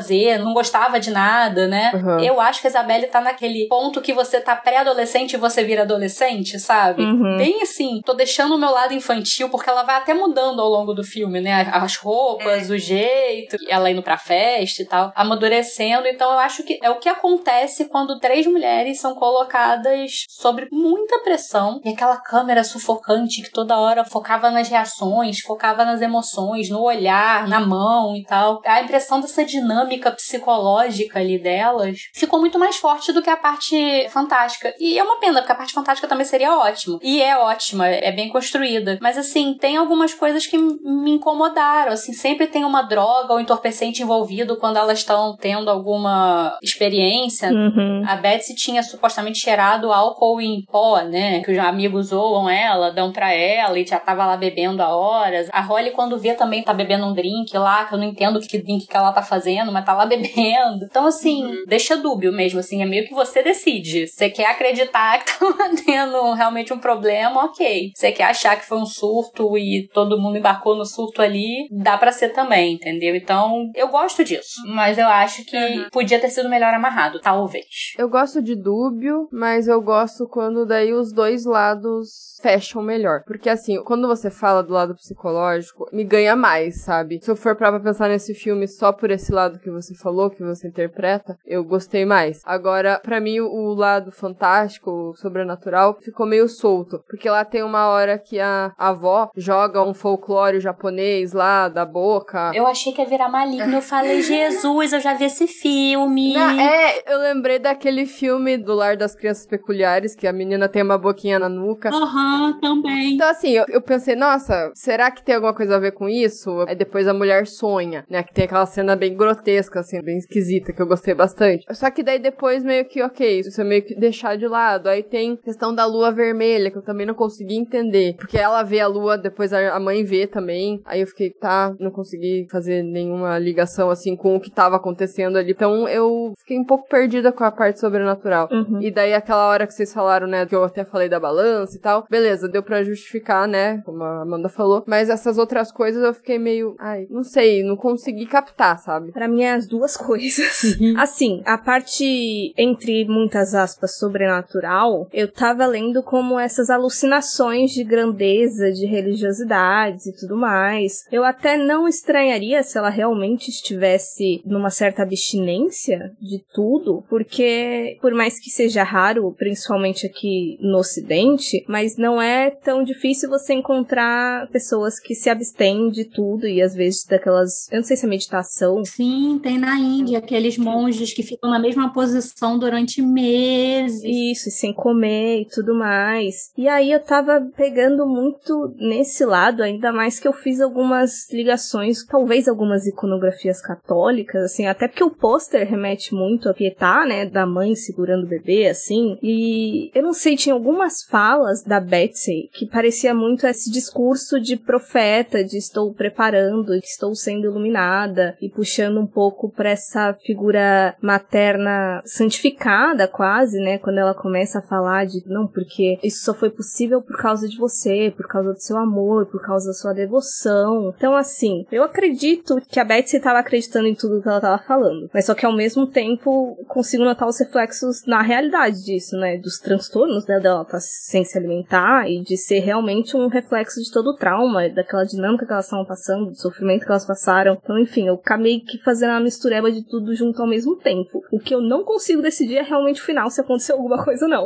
fazer, não gostava de nada, né? Uhum. Eu acho que a Isabelle tá naquele ponto que você tá pré-adolescente e você vira adolescente, sabe? Bem assim, tô deixando o meu lado infantil, porque ela vai até mudando ao longo do filme, né? As roupas, o jeito, ela indo pra festa e tal, amadurecendo. Então eu acho que é o que acontece quando 3 mulheres são colocadas sob muita pressão, e aquela câmera sufocante que toda hora focava nas reações, focava nas emoções, no olhar, na mão e tal. A impressão dessa dinâmica psicológica ali delas ficou muito mais forte do que a parte fantástica. E é uma pena, porque a parte fantástica também seria ótima. E é ótima, é bem construída. Mas assim, tem algumas coisas que me incomodaram. Assim, sempre tem uma droga ou entorpecente envolvido quando elas estão tendo alguma experiência. A Betsy tinha supostamente cheirado álcool em pó, né? Que os amigos zoam ela, dão pra ela e já tava lá bebendo há horas. A Holly, quando vê, também tá bebendo um drink lá, que eu não entendo que drink que ela tá fazendo, mas tá lá bebendo. Então, assim, deixa dúbio mesmo, assim, é meio que você decide. Você quer acreditar que tá tendo realmente um problema, ok. Você quer achar que foi um surto e todo mundo embarcou no surto ali, dá pra ser também, entendeu? Então, eu gosto disso, mas eu acho que podia ter sido melhor amarrado, talvez. Eu gosto de dúbio, mas eu gosto quando daí os dois lados fecham melhor. Porque assim, quando você fala do lado psicológico, me ganha mais, sabe? Se eu for pra pensar nesse filme só por esse lado que você falou, que você interpreta, eu gostei mais. Agora, pra mim, o lado fantástico, o sobrenatural, ficou meio solto. Porque lá tem uma hora que a avó joga um folclore japonês lá da boca. Eu achei que ia virar maligno. Eu falei, Jesus, eu já vi esse filme. Eu lembrei daquele filme do Lar das Crianças Peculiares, que a menina tem uma boquinha na nuca. Também. Então, assim, eu pensei, nossa, será que tem alguma coisa a ver com isso? Aí depois a mulher sonha, né? Que tem aquela cena bem grotesca, assim, bem esquisita, que eu gostei bastante. Só que daí depois meio que, ok, isso é meio que deixar de lado. Aí tem questão da lua vermelha, que eu também não consegui entender. Porque ela vê a lua, depois a mãe vê também. Aí eu fiquei, não consegui fazer nenhuma ligação, assim, com o que tava acontecendo ali. Então eu fiquei um pouco perdida com a parte sobrenatural. E daí aquela hora que vocês falaram, né, que eu até falei da balança e tal. Beleza, deu pra justificar, né, como a Amanda falou. Mas essas outras coisas eu fiquei meio, não sei, não consegui captar, sabe? Pra mim é as duas coisas. Assim, a parte, entre muitas aspas, sobrenatural, eu tava lendo como essas alucinações de grandeza, de religiosidades e tudo mais. Eu até não estranharia se ela realmente estivesse numa certa abstinência de tudo, porque por mais que seja raro, principalmente aqui no Ocidente, mas não é tão difícil você encontrar pessoas que se abstêm de tudo e às vezes daquelas, eu não sei se é meditação. Sim, tem na Índia aqueles monges que ficam na mesma posição durante meses. Isso, e sem comer e tudo mais. E aí eu tava pegando muito nesse lado, ainda mais que eu fiz algumas ligações, talvez algumas iconografias católicas, assim, até porque o pôster remete muito a Pietà, né, da mãe segurando o bebê, assim, e eu não sei, tinha algumas falas da Betsy que parecia muito esse discurso de profeta, de estou preparando, estou sendo iluminada, e puxando um pouco pra essa figura materna santificada quase, né, quando ela começa a falar de, não, porque isso só foi possível por causa de você, por causa do seu amor, por causa da sua devoção. Então, assim, eu acredito que a Betsy estava acreditando em tudo que ela estava falando, mas só que ao mesmo tempo consigo notar os reflexos na realidade disso, né, dos transtornos, né, dela tá sem se alimentar e de ser realmente um reflexo de todo o trauma, daquela dinâmica que elas estavam passando, do sofrimento que elas passaram. Então, enfim, eu acabei que fazendo uma mistureba de tudo junto ao mesmo tempo. O que eu não consigo decidir é realmente o final, se aconteceu alguma coisa ou não.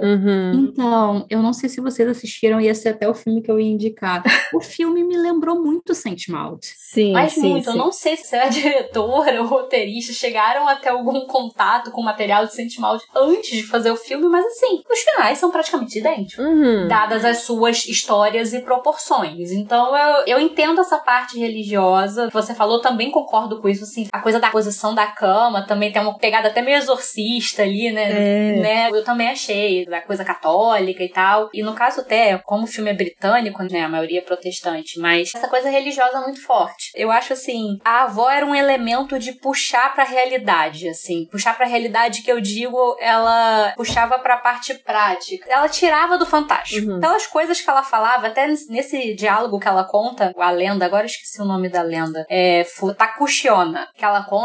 Então, eu não sei se vocês assistiram, ia ser até o filme que eu ia indicar. O filme me lembrou muito Saint Maud. Sim, Mas sim, muito, sim. eu não sei se a diretora ou roteirista chegaram a ter algum contato com o material de Saint Maud antes de fazer o filme, mas assim, os finais são praticamente idênticos, dadas as suas histórias e proporções. Então eu entendo essa parte religiosa que você falou, também concordo com isso, assim, a coisa da posição da cama também tem uma pegada até meio exorcista ali, né? Eu também achei, da coisa católica e tal. E no caso até, como o filme é britânico, né, a maioria é protestante, mas essa coisa religiosa é muito forte. Eu acho assim, a avó era um elemento de puxar pra realidade, assim, puxar pra realidade que eu digo, ela puxava pra parte prática. Ela tirava do fantástico. Pelas coisas que ela falava, até nesse diálogo que ela conta, a lenda, agora eu esqueci o nome da lenda, Takuchiona, que ela conta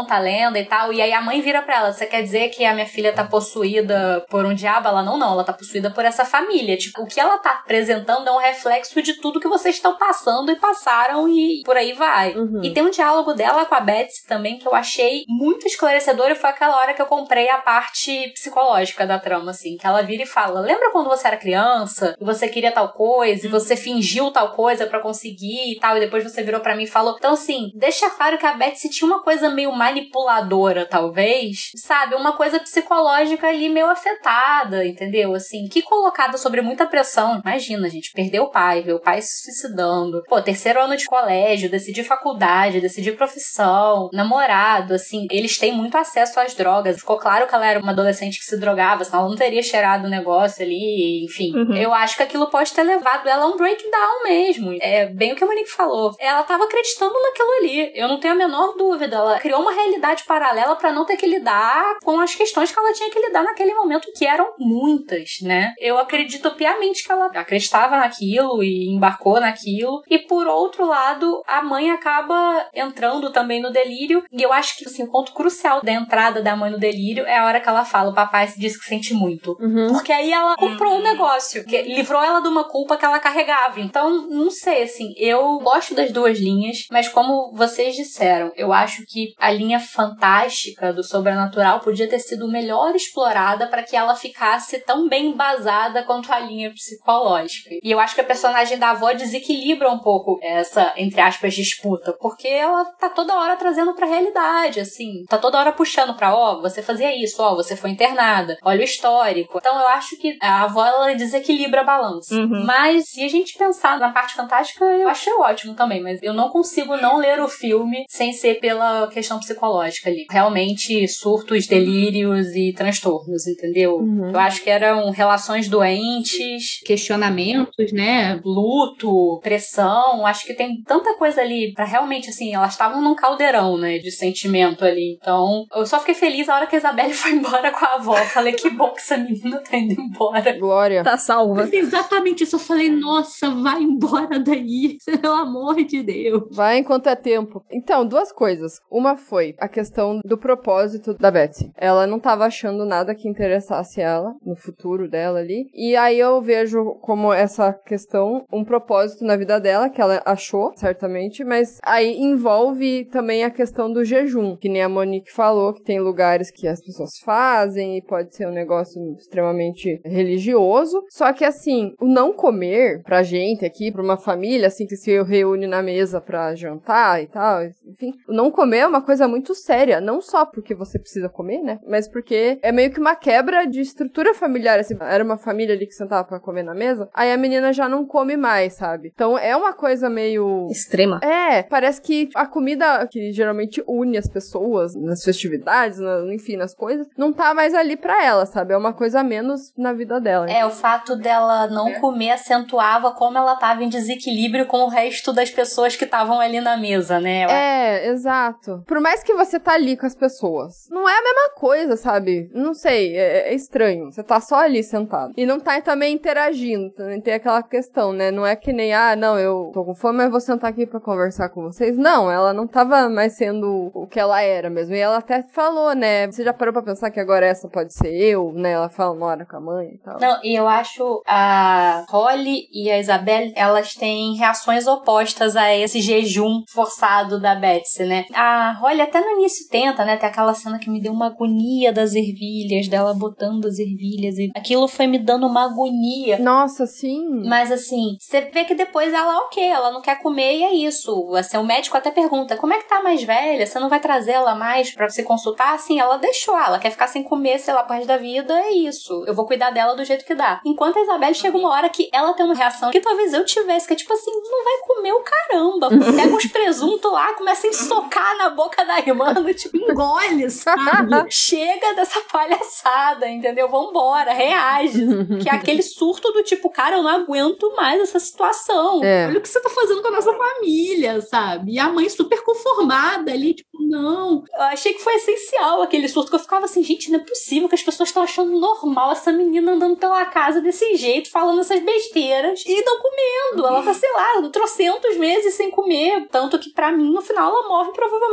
conta a lenda e tal, e aí a mãe vira pra ela, você quer dizer que a minha filha tá possuída por um diabo? Ela, não, ela tá possuída por essa família. Tipo, o que ela tá apresentando é um reflexo de tudo que vocês estão passando e passaram e por aí vai. E tem um diálogo dela com a Betsy também que eu achei muito esclarecedor e foi aquela hora que eu comprei a parte psicológica da trama, assim, que ela vira e fala, lembra quando você era criança e você queria tal coisa e você fingiu tal coisa pra conseguir e tal, e depois você virou pra mim e falou. Então, assim, deixa claro que a Betsy tinha uma coisa meio manipuladora, talvez, sabe? Uma coisa psicológica ali meio afetada, entendeu? Assim, que colocada sobre muita pressão. Imagina, gente, perder o pai, ver o pai se suicidando. Pô, 3º ano de colégio, decidir faculdade, decidir profissão, namorado, assim, eles têm muito acesso às drogas. Ficou claro que ela era uma adolescente que se drogava, senão ela não teria cheirado o negócio ali, enfim. Eu acho que aquilo pode ter levado ela a um breakdown mesmo. É bem o que a Monique falou. Ela tava acreditando naquilo ali. Eu não tenho a menor dúvida. Ela criou uma realidade paralela pra não ter que lidar com as questões que ela tinha que lidar naquele momento, que eram muitas, né? Eu acredito piamente que ela acreditava naquilo e embarcou naquilo. E por outro lado, a mãe acaba entrando também no delírio. E eu acho que, assim, o ponto crucial da entrada da mãe no delírio é a hora que ela fala, o papai se diz que sente muito. Porque aí ela comprou o negócio, que livrou ela de uma culpa que ela carregava. Então, não sei, assim, eu gosto das duas linhas, mas como vocês disseram, eu acho que a linha fantástica do sobrenatural podia ter sido melhor explorada para que ela ficasse tão bem embasada quanto a linha psicológica. E eu acho que a personagem da avó desequilibra um pouco essa, entre aspas, disputa, porque ela tá toda hora trazendo pra realidade, assim, tá toda hora puxando pra, você fazia isso, você foi internada, olha o histórico. Então eu acho que a avó, ela desequilibra a balança. Mas se a gente pensar na parte fantástica, eu achei ótimo também, mas eu não consigo não ler o filme sem ser pela questão psicológica ali. Realmente surtos, delírios e transtornos, entendeu? Eu acho que eram relações doentes, questionamentos, né? Luto, pressão, acho que tem tanta coisa ali pra realmente, assim, elas estavam num caldeirão, né, de sentimento ali. Então, eu só fiquei feliz a hora que a Isabelle foi embora com a avó. Falei, que bom que essa menina tá indo embora. Glória. Tá salva. Exatamente isso. Eu falei, nossa, vai embora daí. Pelo amor de Deus. Vai enquanto é tempo. Então, 2 coisas. Uma foi a questão do propósito da Betsy. Ela não tava achando nada que interessasse ela no futuro dela ali. E aí eu vejo como essa questão, um propósito na vida dela, que ela achou, certamente, mas aí envolve também a questão do jejum, que nem a Monique falou, que tem lugares que as pessoas fazem e pode ser um negócio extremamente religioso. Só que, assim, o não comer pra gente aqui, pra uma família, assim, que se reúne na mesa pra jantar e tal, enfim, o não comer é uma coisa muito séria, não só porque você precisa comer, né, mas porque é meio que uma quebra de estrutura familiar, assim, era uma família ali que sentava pra comer na mesa, aí a menina já não come mais, sabe? Então é uma coisa meio... extrema. Parece que a comida que geralmente une as pessoas nas festividades, enfim, nas coisas, não tá mais ali pra ela, sabe? É uma coisa a menos na vida dela. O fato dela não comer acentuava como ela tava em desequilíbrio com o resto das pessoas que estavam ali na mesa, né? Exato. Por mais que você tá ali com as pessoas, não é a mesma coisa, sabe? Não sei, é estranho. Você tá só ali sentado. E não tá também interagindo, também tem aquela questão, né? Não é que nem, não, eu tô com fome, mas vou sentar aqui pra conversar com vocês. Não, ela não tava mais sendo o que ela era mesmo. E ela até falou, né? Você já parou pra pensar que agora essa pode ser eu, né? Ela fala uma hora com a mãe e tal. Não, e eu acho a Holly e a Isabelle, elas têm reações opostas a esse jejum forçado da Betsy, né? A Holly até no início tenta, né? Tem aquela cena que me deu uma agonia das ervilhas, dela botando as ervilhas, e aquilo foi me dando uma agonia. Nossa, sim. Mas assim, você vê que depois ela, ela não quer comer e é isso. Assim, o médico até pergunta, como é que tá a mais velha? Você não vai trazer ela mais pra se consultar? Assim, ela deixou, ela quer ficar sem comer, sei lá, pro resto da vida, é isso. Eu vou cuidar dela do jeito que dá. Enquanto a Isabelle chega uma hora que ela tem uma reação que talvez eu tivesse, que é tipo assim, não vai comer o caramba. Pega uns presuntos lá, começa a ensocar na boca da irmã, tipo, engole, sabe? Chega dessa palhaçada, entendeu? Vambora, reage. Que é aquele surto do tipo, cara, eu não aguento mais essa situação. Olha o que você tá fazendo com a nossa família, sabe? E a mãe super conformada ali, tipo, não. Eu achei que foi essencial aquele surto, que eu ficava assim, gente, não é possível que as pessoas estão achando normal essa menina andando pela casa desse jeito, falando essas besteiras e não comendo. Ela tá, sei lá, 300 meses sem comer. Tanto que pra mim, no final, ela morre provavelmente de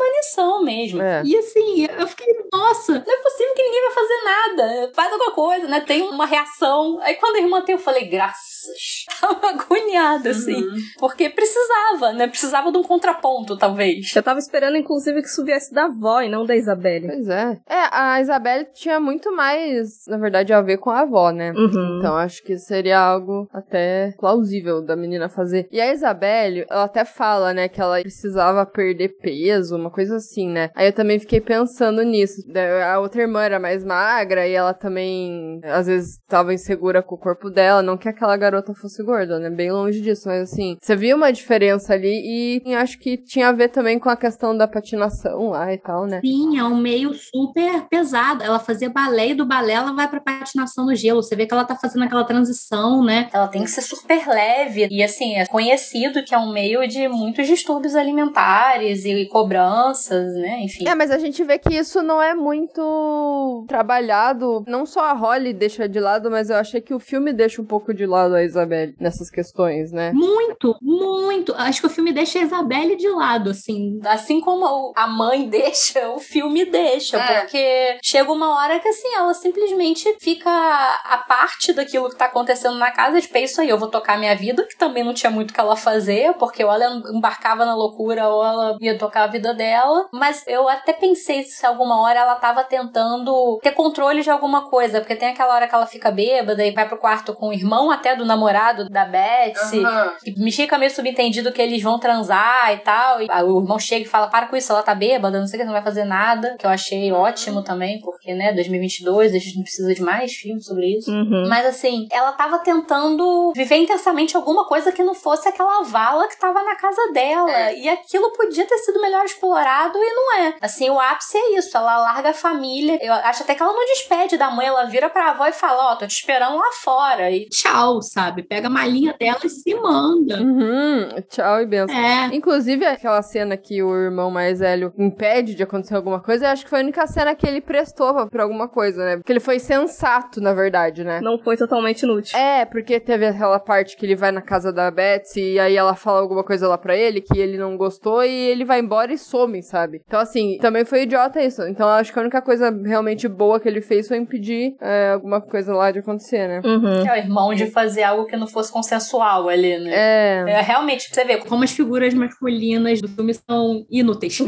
premonição mesmo. E assim, eu fiquei, nossa, Não é possível que ninguém vai fazer nada. Faz alguma coisa, né? Tem uma reação. Aí quando a irmã tem, eu falei, graças. Tava agoniada, assim. Porque precisava, né? Precisava de um contraponto, talvez. Eu tava esperando, inclusive, que isso viesse da avó e não da Isabelle. Pois é. A Isabelle tinha muito mais, na verdade, a ver com a avó, né? Então acho que seria algo até plausível da menina fazer. E a Isabelle, ela até fala, né, que ela precisava perder peso, uma coisa assim, né? Aí eu também fiquei pensando nisso. A outra irmã era mais magra e ela também, às vezes, tava insegura com o corpo dela. Não que aquela garota fosse gorda, né? Bem longe disso, mas assim, você viu uma diferença ali e acho que tinha a ver também com a questão da patinação lá e tal, né? sim, é um meio super pesado. Ela fazia balé e do balé ela vai pra patinação no gelo. Você vê que ela tá fazendo aquela transição, né? Ela tem que ser super leve. E assim, é conhecido que é um meio de muitos distúrbios alimentares e cobranças, né? Enfim. Mas a gente vê que isso não é muito trabalhado. Não só a Holly deixa de lado, mas eu achei que o filme deixa um pouco de lado a Isabelle nessas questões, né? Muito, muito. Acho que o filme deixa a Isabelle de lado, assim. Assim como a mãe deixa, o filme deixa. Porque chega uma hora que, assim, ela simplesmente fica a parte daquilo que tá acontecendo na casa. Tipo, é isso aí, eu vou tocar minha vida, que também não tinha muito o que ela fazer, porque ou ela embarcava na loucura ou ela ia tocar a vida dela. Mas eu até pensei se alguma hora ela tava tentando ter controle de alguma coisa, porque tem aquela hora que ela fica bêbada e vai pro quarto com o irmão até do namorado da Betsy, e me fica meio subentendido que eles vão transar e tal, e o irmão chega e fala, para com isso, ela tá bêbada, não sei o que, não vai fazer nada, que eu achei ótimo também, porque, né, 2022, a gente não precisa de mais filmes sobre isso. Mas assim, ela tava tentando viver intensamente alguma coisa que não fosse aquela vala que tava na casa dela, e aquilo podia ter sido melhor explorado e não é. Assim, o ápice é isso, ela larga a família, eu acho até que ela não despede da mãe, ela vira pra avó e fala, tô te esperando lá fora. E Tchau, sabe? Pega a malinha dela e se manda. Tchau e benção. Inclusive, aquela cena que o irmão mais velho impede de acontecer alguma coisa, eu acho que foi a única cena que ele prestou pra alguma coisa, né? Porque ele foi sensato, na verdade, né? Não foi totalmente inútil. Porque teve aquela parte que ele vai na casa da Betsy e aí ela fala alguma coisa lá pra ele que ele não gostou e ele vai embora e some, sabe? Então, assim, também foi idiota isso. Então, eu acho que a única coisa realmente boa que ele fez foi impedir alguma coisa lá de acontecer, né? é o irmão de fazer algo que não fosse consensual ali, né? Realmente, pra você ver. Como as figuras masculinas do filme são inúteis.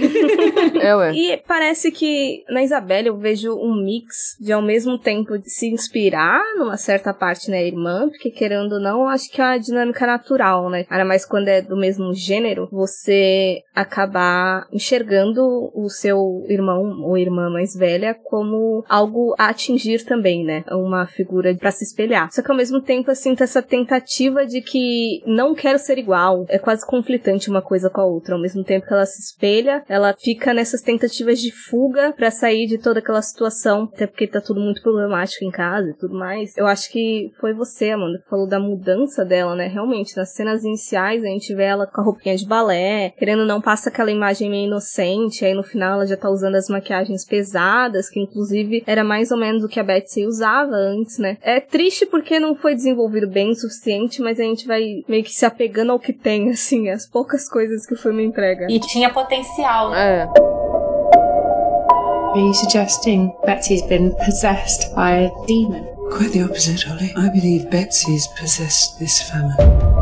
E parece que na Isabelle eu vejo um mix de ao mesmo tempo de se inspirar numa certa parte na irmã, porque querendo ou não, acho que é uma dinâmica natural, né? Ainda mais quando é do mesmo gênero, você acabar enxergando o seu irmão ou irmã mais velha como algo a atingir também, né? Uma figura pra se espelhar. Só que ao mesmo tempo eu sinto essa tentativa de que não quero ser igual. É quase conflitante uma coisa com a outra. Ao mesmo tempo que ela se espelha, ela fica nessas tentativas de fuga pra sair de toda aquela situação, até porque tá tudo muito problemático em casa e tudo mais. Eu acho que foi você, Amanda, que falou da mudança dela, né? Realmente, nas cenas iniciais a gente vê ela com a roupinha de balé, querendo não passa aquela imagem meio inocente, aí no final ela já tá usando as maquiagens pesadas, que inclusive era mais ou menos o que a Betsy usava antes, né? É triste porque não foi desenvolvido bem o suficiente, mas a gente vai meio que se apegando ao que tem, assim, as poucas coisas que o filme entrega. E tinha potencial. Are you suggesting Betsy's been possessed by a demon? Quite the opposite, Holly. I believe Betsy's possessed this family.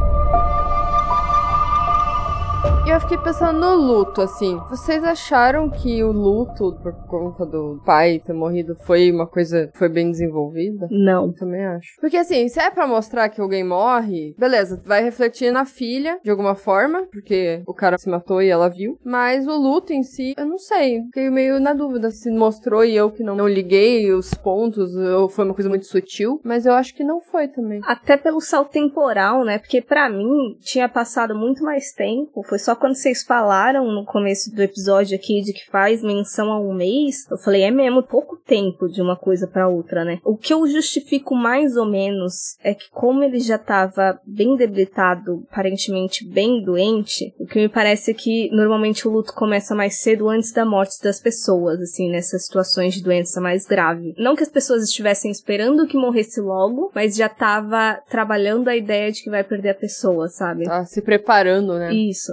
E eu fiquei pensando no luto, assim. Vocês acharam que o luto, por conta do pai ter morrido, foi uma coisa que foi bem desenvolvida? Não. Eu também acho. Porque, assim, se é pra mostrar que alguém morre, beleza, vai refletir na filha, de alguma forma, porque o cara se matou e ela viu. Mas o luto em si, eu não sei. Fiquei meio na dúvida se mostrou e eu que não liguei os pontos, ou foi uma coisa muito sutil. Mas eu acho que não foi também. Até pelo salto temporal, né? Porque pra mim, tinha passado muito mais tempo. Foi só quando vocês falaram no começo do episódio aqui de que faz menção a um mês, eu falei, é mesmo pouco tempo de uma coisa pra outra, né? O que eu justifico mais ou menos é que como ele já tava bem debilitado, aparentemente bem doente, o que me parece é que normalmente o luto começa mais cedo antes da morte das pessoas, assim, nessas situações de doença mais grave. Não que as pessoas estivessem esperando que morresse logo, mas já tava trabalhando a ideia de que vai perder a pessoa, sabe? Tá se preparando, né? Isso. Então talvez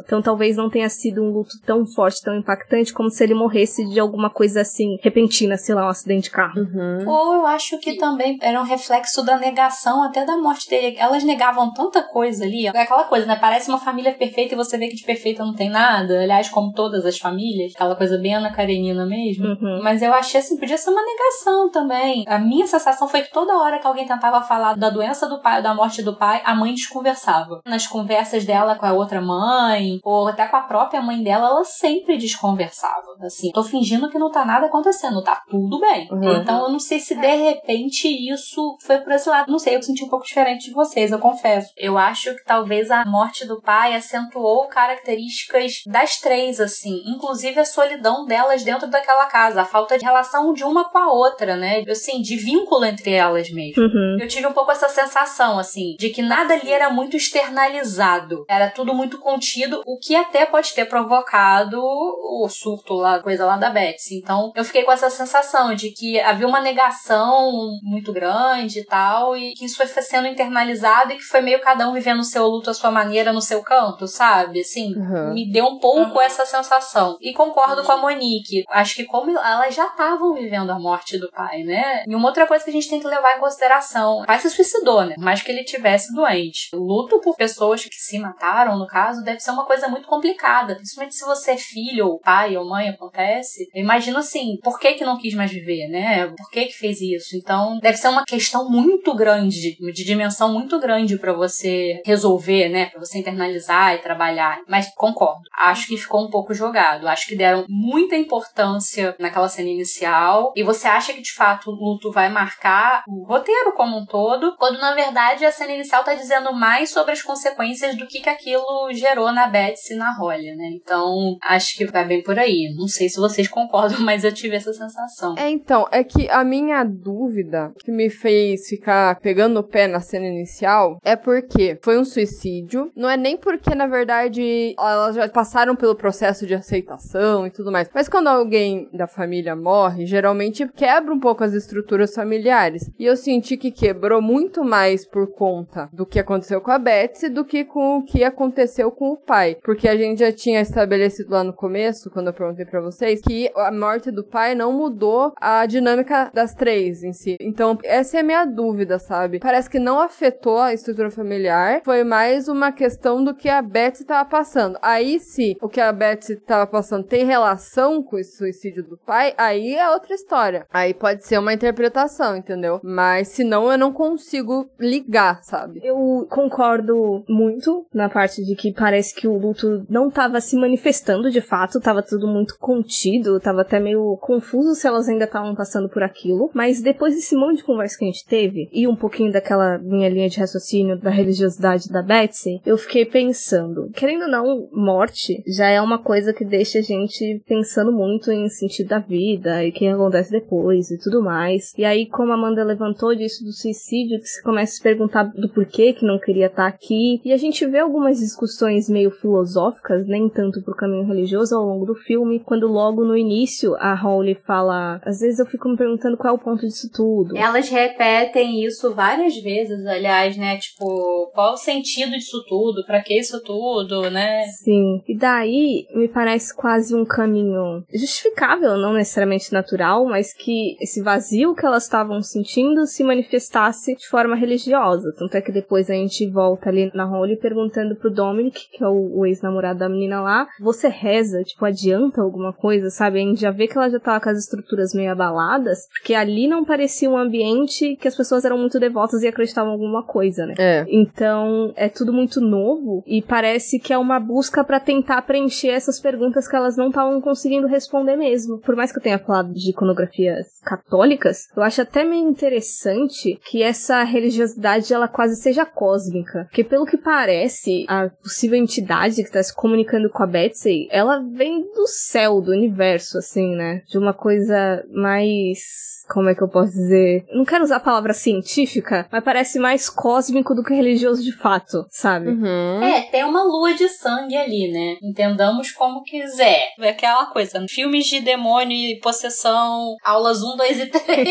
talvez não tenha sido um luto tão forte, tão impactante, como se ele morresse de alguma coisa assim, repentina, sei lá, um acidente de carro. Ou eu acho que também era um reflexo da negação até da morte dele. Elas negavam tanta coisa ali. É aquela coisa, né? Parece uma família perfeita e você vê que de perfeita não tem nada. Aliás, como todas as famílias. Aquela coisa bem Ana Karenina mesmo. Mas eu achei assim, podia ser uma negação também. A minha sensação foi que toda hora que alguém tentava falar da doença do pai ou da morte do pai, a mãe desconversava. Nas conversas dela com a outra mãe, ou até com a própria mãe dela, ela sempre desconversava. Assim, tô fingindo que não tá nada acontecendo, tá tudo bem. Então eu não sei se de repente isso foi por esse lado. Não sei, eu senti um pouco diferente de vocês, eu confesso. Eu acho que talvez a morte do pai acentuou características das três, assim. Inclusive a solidão delas dentro daquela casa, a falta de relação de uma com a outra, né? Assim, de vínculo entre elas mesmo. Eu tive um pouco essa sensação, assim, de que nada ali era muito externalizado. Era tudo muito contido, o que até pode ter provocado o surto lá, coisa lá da Betsy. Então, eu fiquei com essa sensação de que havia uma negação muito grande e tal, e que isso foi sendo internalizado e que foi meio cada um vivendo o seu luto à sua maneira, no seu canto, sabe? Assim, me deu um pouco essa sensação. E concordo com a Monique. Acho que como elas já estavam vivendo a morte do pai, né? E uma outra coisa que a gente tem que levar em consideração, o pai se suicidou, né? Mais que ele tivesse doente. O luto por pessoas que se mataram, no caso, deve ser uma coisa muito complicada. Principalmente se você é filho, ou pai, ou mãe, acontece. Eu imagino assim, por que não quis mais viver, né? Por que fez isso? Então, deve ser uma questão muito grande, de dimensão muito grande pra você resolver, né? Pra você internalizar e trabalhar. Mas concordo. Acho que ficou um pouco jogado. Acho que deram muita importância naquela cena inicial. E você acha que, de fato, o luto vai marcar o roteiro como um todo, quando, na verdade, a cena inicial tá dizendo mais sobre as consequências do que aquilo gerou na Betsy e na Holly, né? Então, acho que vai bem por aí. Não sei se vocês concordam, mas eu tive essa sensação. Então, é que a minha dúvida que me fez ficar pegando o pé na cena inicial é porque foi um suicídio. Não é nem porque, na verdade, elas já passaram pelo processo de aceitação e tudo mais. Mas quando alguém da família morre, geralmente quebra um pouco as estruturas familiares. E eu senti que quebrou muito mais por conta do que aconteceu com a Betsy do que com o que aconteceu com o pai. Porque a gente já tinha estabelecido lá no começo, quando eu perguntei pra vocês, que a morte do pai não mudou a dinâmica das três em si. Então, essa é a minha dúvida, sabe? Parece que não afetou a estrutura familiar, foi mais uma questão do que a Betsy tava passando. Aí, se o que a Betsy tava passando tem relação com esse suicídio do pai, aí é outra história. Aí pode ser uma interpretação, entendeu? Mas, se não, eu não consigo ligar, sabe? Eu concordo muito na parte de que parece que o luto não tava se manifestando de fato, tava tudo muito contido, tava até meio confuso se elas ainda estavam passando por aquilo, mas depois desse monte de conversa que a gente teve, e um pouquinho daquela minha linha de raciocínio da religiosidade da Betsy, eu fiquei pensando, querendo ou não, morte já é uma coisa que deixa a gente pensando muito em sentido da vida, e o que acontece depois, e tudo mais. E aí, como a Amanda levantou disso do suicídio, que você começa a se perguntar do porquê que não queria estar aqui, e a gente vê algumas discussões meio filosóficas, nem tanto pro caminho religioso ao longo do filme, quando logo no início a Holly fala, às vezes eu fico me perguntando qual é o ponto disso tudo. Elas repetem isso várias vezes, aliás, né, tipo, qual o sentido disso tudo, pra que isso tudo, né? Sim, e daí me parece quase um caminho justificável, não necessariamente natural, mas que esse vazio que elas estavam sentindo se manifestasse de forma religiosa. Tanto é que depois a gente volta ali na Holly perguntando pro Dominic, que é o ex-namorado da menina lá, você reza, tipo, adianta alguma coisa, sabe? A gente já vê que ela já tava com as estruturas meio abaladas, porque ali não parecia um ambiente que as pessoas eram muito devotas e acreditavam em alguma coisa, né? Então, é tudo muito novo e parece que é uma busca pra tentar preencher essas perguntas que elas não estavam conseguindo responder mesmo. Por mais que eu tenha falado de iconografias católicas, eu acho até meio interessante que essa religiosidade, ela quase seja cósmica. Porque pelo que parece, a possível entidade que tá se comunicando com a Betsy, ela vem do céu, do universo, assim, né? De uma coisa mais... como é que eu posso dizer? Não quero usar a palavra científica, mas parece mais cósmico do que religioso de fato, sabe? Tem uma lua de sangue ali, né? Entendamos como quiser. É aquela coisa, filmes de demônio e possessão, aulas 1, 2 e 3,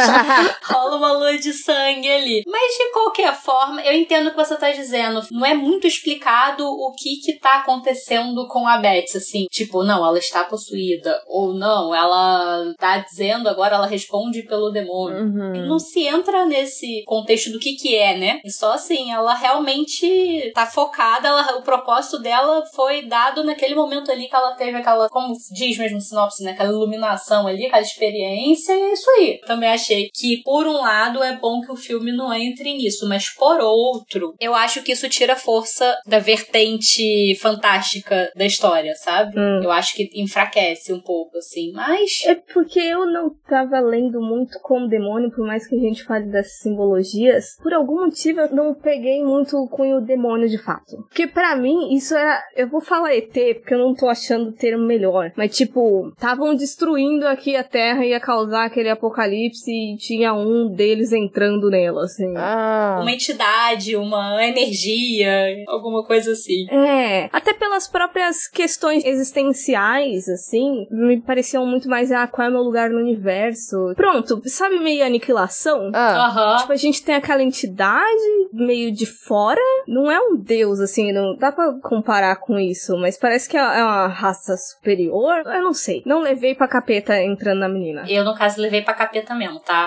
rola uma lua de sangue ali. Mas de qualquer forma, eu entendo o que você tá dizendo. Não é muito explicado o que tá tá acontecendo com a Betsy, assim, tipo, não, ela está possuída, ou não, ela tá dizendo, agora ela responde pelo demônio. Não se entra nesse contexto do que é, né? E só assim, ela realmente tá focada, o propósito dela foi dado naquele momento ali que ela teve aquela, como diz mesmo sinopse, né? Aquela iluminação ali, aquela experiência, e é isso aí. Também achei que, por um lado, é bom que o filme não entre nisso, mas por outro, eu acho que isso tira força da vertente fantástica da história, sabe? Eu acho que enfraquece um pouco, assim, mas... É porque eu não tava lendo muito com o demônio, por mais que a gente fale das simbologias, por algum motivo eu não peguei muito o cunho demônio de fato. Porque pra mim, isso era... Eu vou falar ET, porque eu não tô achando o termo melhor, mas tipo, estavam destruindo aqui a Terra, ia causar aquele apocalipse e tinha um deles entrando nela, assim. Uma entidade, uma energia, alguma coisa assim. É, até pelas próprias questões existenciais, assim, me pareciam muito mais, qual é o meu lugar no universo? Pronto, sabe meio aniquilação? Tipo, a gente tem aquela entidade meio de fora, não é um deus, assim, não dá pra comparar com isso, mas parece que é uma raça superior, eu não sei. Não levei pra capeta entrando na menina. Eu, no caso, levei pra capeta mesmo, tá?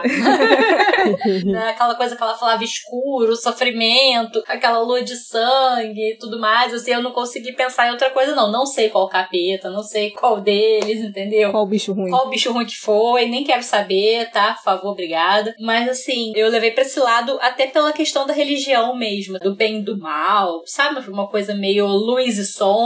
Aquela coisa que ela falava escuro, sofrimento, aquela lua de sangue e tudo mais, assim, eu não consegui pensar em outra coisa, não. Não sei qual capeta, não sei qual deles, entendeu? Qual bicho ruim. Qual bicho ruim que foi, nem quero saber, tá? Por favor, obrigada. Mas, assim, eu levei pra esse lado até pela questão da religião mesmo, do bem e do mal, sabe? Uma coisa meio luz e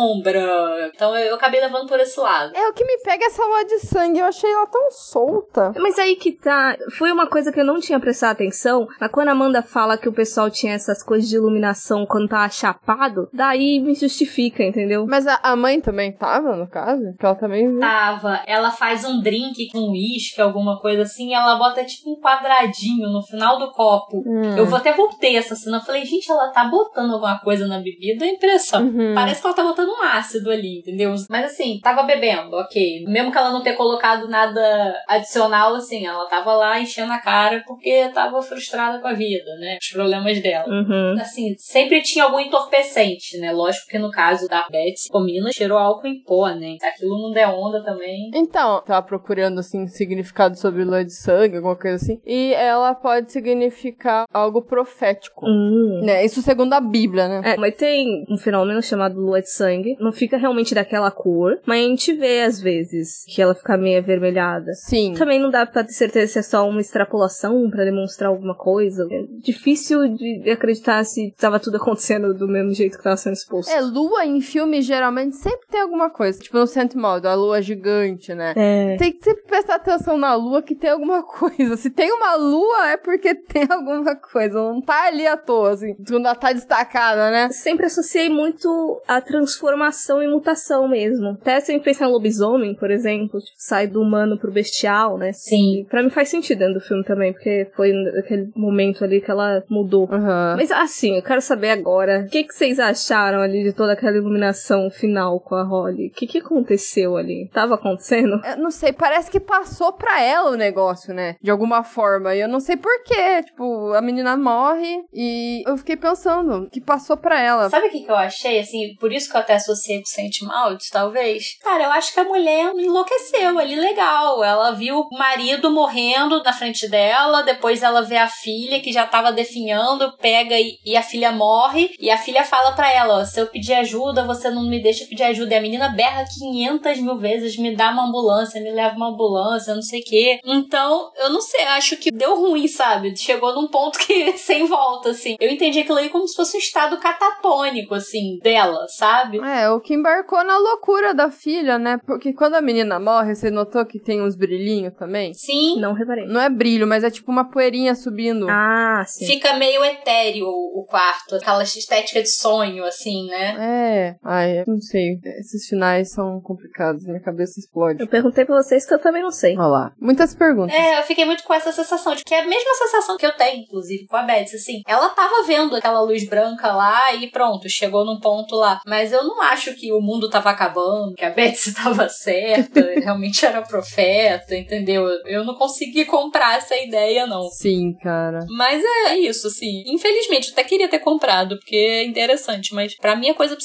sombra. Então, eu acabei levando por esse lado. O que me pega é essa lua de sangue, eu achei ela tão solta. Mas aí que tá, foi uma coisa que eu não tinha prestado atenção, mas quando a Amanda fala que o pessoal tinha essas coisas de iluminação quando tava chapado, daí me justifica, entendeu? Mas a mãe também tava, no caso? Porque ela também viu. Tava. Ela faz um drink com uísque, alguma coisa assim, e ela bota tipo um quadradinho no final do copo. Eu até voltei essa cena, eu falei, gente, ela tá botando alguma coisa na bebida, é impressão. Parece que ela tá botando um ácido ali, entendeu? Mas assim, tava bebendo, ok. Mesmo que ela não tenha colocado nada adicional, assim, ela tava lá enchendo a cara porque tava frustrada com a vida, né? Os problemas dela. Assim, sempre tinha algum entorpecente, né? Lógico que no caso da Betsy, Comina cheirou álcool em pó, né? Se aquilo não der onda também. Então, tava procurando, assim, significado sobre lua de sangue, alguma coisa assim. E ela pode significar algo profético. Né? Isso segundo a Bíblia, né? Mas tem um fenômeno chamado lua de sangue. Não fica realmente daquela cor, mas a gente vê, às vezes, que ela fica meio avermelhada. Sim. Também não dá pra ter certeza se é só uma extrapolação pra demonstrar alguma coisa. É difícil de acreditar se tava tudo acontecendo do mesmo jeito que tava sendo exposto. Lua em filme geralmente sempre tem alguma coisa. Tipo no Sentinel, a lua gigante, né? Tem que sempre prestar atenção na lua que tem alguma coisa. Se tem uma lua, é porque tem alguma coisa. Não tá ali à toa, assim. Quando ela tá destacada, né? Sempre associei muito a transformação e mutação mesmo. Até sempre pensar em lobisomem, por exemplo. Tipo, sai do humano pro bestial, né? Sim. E pra mim faz sentido dentro do filme também, porque foi naquele momento ali que ela mudou. Mas assim, eu quero saber agora, o que vocês acharam ali de toda aquela iluminação final com a Holly? O que aconteceu ali? Tava acontecendo? Eu não sei, parece que passou pra ela o negócio, né? De alguma forma. E eu não sei porquê. Tipo, a menina morre e eu fiquei pensando que passou pra ela. Sabe o que eu achei? Assim, por isso que eu até associei com Saint Maud, talvez. Cara, eu acho que a mulher enlouqueceu ali, legal. Ela viu o marido morrendo na frente dela, depois ela vê a filha que já tava definhando, pega e a filha morre, e a filha fala pra ela, ó, se eu pedir ajuda, você não me deixa pedir ajuda. E a menina berra 500 mil vezes, me dá uma ambulância, me leva uma ambulância, não sei o quê. Então, eu não sei, acho que deu ruim, sabe? Chegou num ponto que sem volta, assim. Eu entendi aquilo aí como se fosse um estado catatônico, assim, dela, sabe? O que embarcou na loucura da filha, né? Porque quando a menina morre, você notou que tem uns brilhinhos também? Sim. Não reparei. Não é brilho, mas é tipo uma poeirinha subindo. Ah, sim. Fica meio etéreo o quarto, aquela estética de sonho, assim, né? Ai, eu não sei. Esses finais são complicados, minha cabeça explode. Eu perguntei pra vocês que eu também não sei. Olha lá. Muitas perguntas. Eu fiquei muito com essa sensação, de que é a mesma sensação que eu tenho, inclusive, com a Betsy, assim. Ela tava vendo aquela luz branca lá e pronto, chegou num ponto lá. Mas eu não acho que o mundo tava acabando, que a Betsy tava certa, realmente era profeta, entendeu? Eu não consegui comprar essa ideia, não. Sim, cara. Mas é isso, assim. Infelizmente, eu até queria ter comprado, porque é interessante, mas pra mim a coisa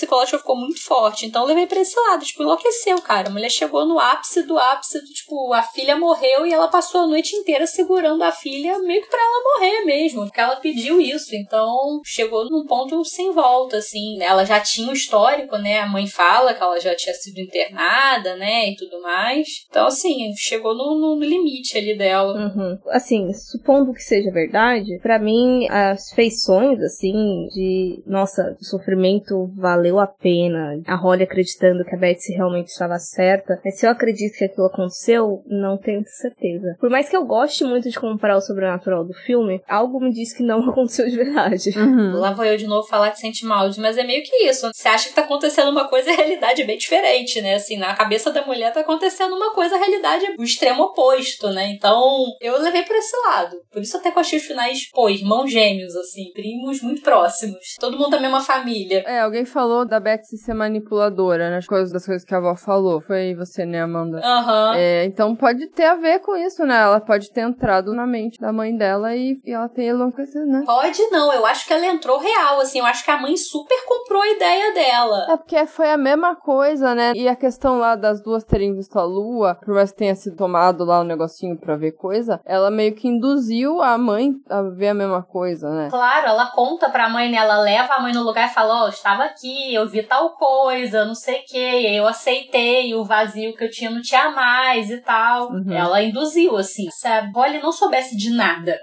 psicológica ficou muito forte. Então eu levei pra esse lado, tipo, enlouqueceu, cara. A mulher chegou no ápice do tipo, a filha morreu e ela passou a noite inteira segurando a filha meio que pra ela morrer mesmo, porque ela pediu isso. Então chegou num ponto sem volta, assim, né? Ela já tinha um histórico, né? A mãe fala que ela já tinha sido internada, né? E tudo mais. Então, assim, chegou no limite ali dela. Uhum. Assim, supondo que seja verdade, pra mim, as feições, assim, de, nossa, o sofrimento valeu a pena, a Holly acreditando que a Betsy realmente estava certa, mas se eu acredito que aquilo aconteceu, não tenho certeza. Por mais que eu goste muito de comparar o sobrenatural do filme, algo me diz que não aconteceu de verdade. Uhum. Lá vou eu de novo falar de Sentimals, mas é meio que isso. Você acha que tá acontecendo uma coisa e a realidade é bem diferente, né? Assim, na cabeça da mulher tá acontecendo uma coisa, a realidade é o extremo oposto, né? Então, eu levei pra esse lado. Por isso até que eu achei os finais, pô, irmãos gêmeos, assim, primos muito próximos. Todo mundo da mesma família. Alguém falou da Betsy ser manipuladora, né? Das coisas que a avó falou. Foi você, né, Amanda? Aham. Então pode ter a ver com isso, né? Ela pode ter entrado na mente da mãe dela e ela ter enlouquecido, né? Pode não, eu acho que ela entrou real, assim, eu acho que a mãe super comprou a ideia dela. É porque foi a mesma coisa, né? E a questão lá das duas terem visto a lua, por mais que tenha sido tomado lá um negocinho pra ver coisa, ela meio que induziu a mãe a ver a mesma coisa, né? Claro, ela conta pra mãe, né? Ela leva a mãe no lugar e fala, estava aqui, eu vi tal coisa, não sei o que, e aí eu aceitei, o vazio que eu tinha não tinha mais e tal. Uhum. Ela induziu, assim. Se a Holly não soubesse de nada,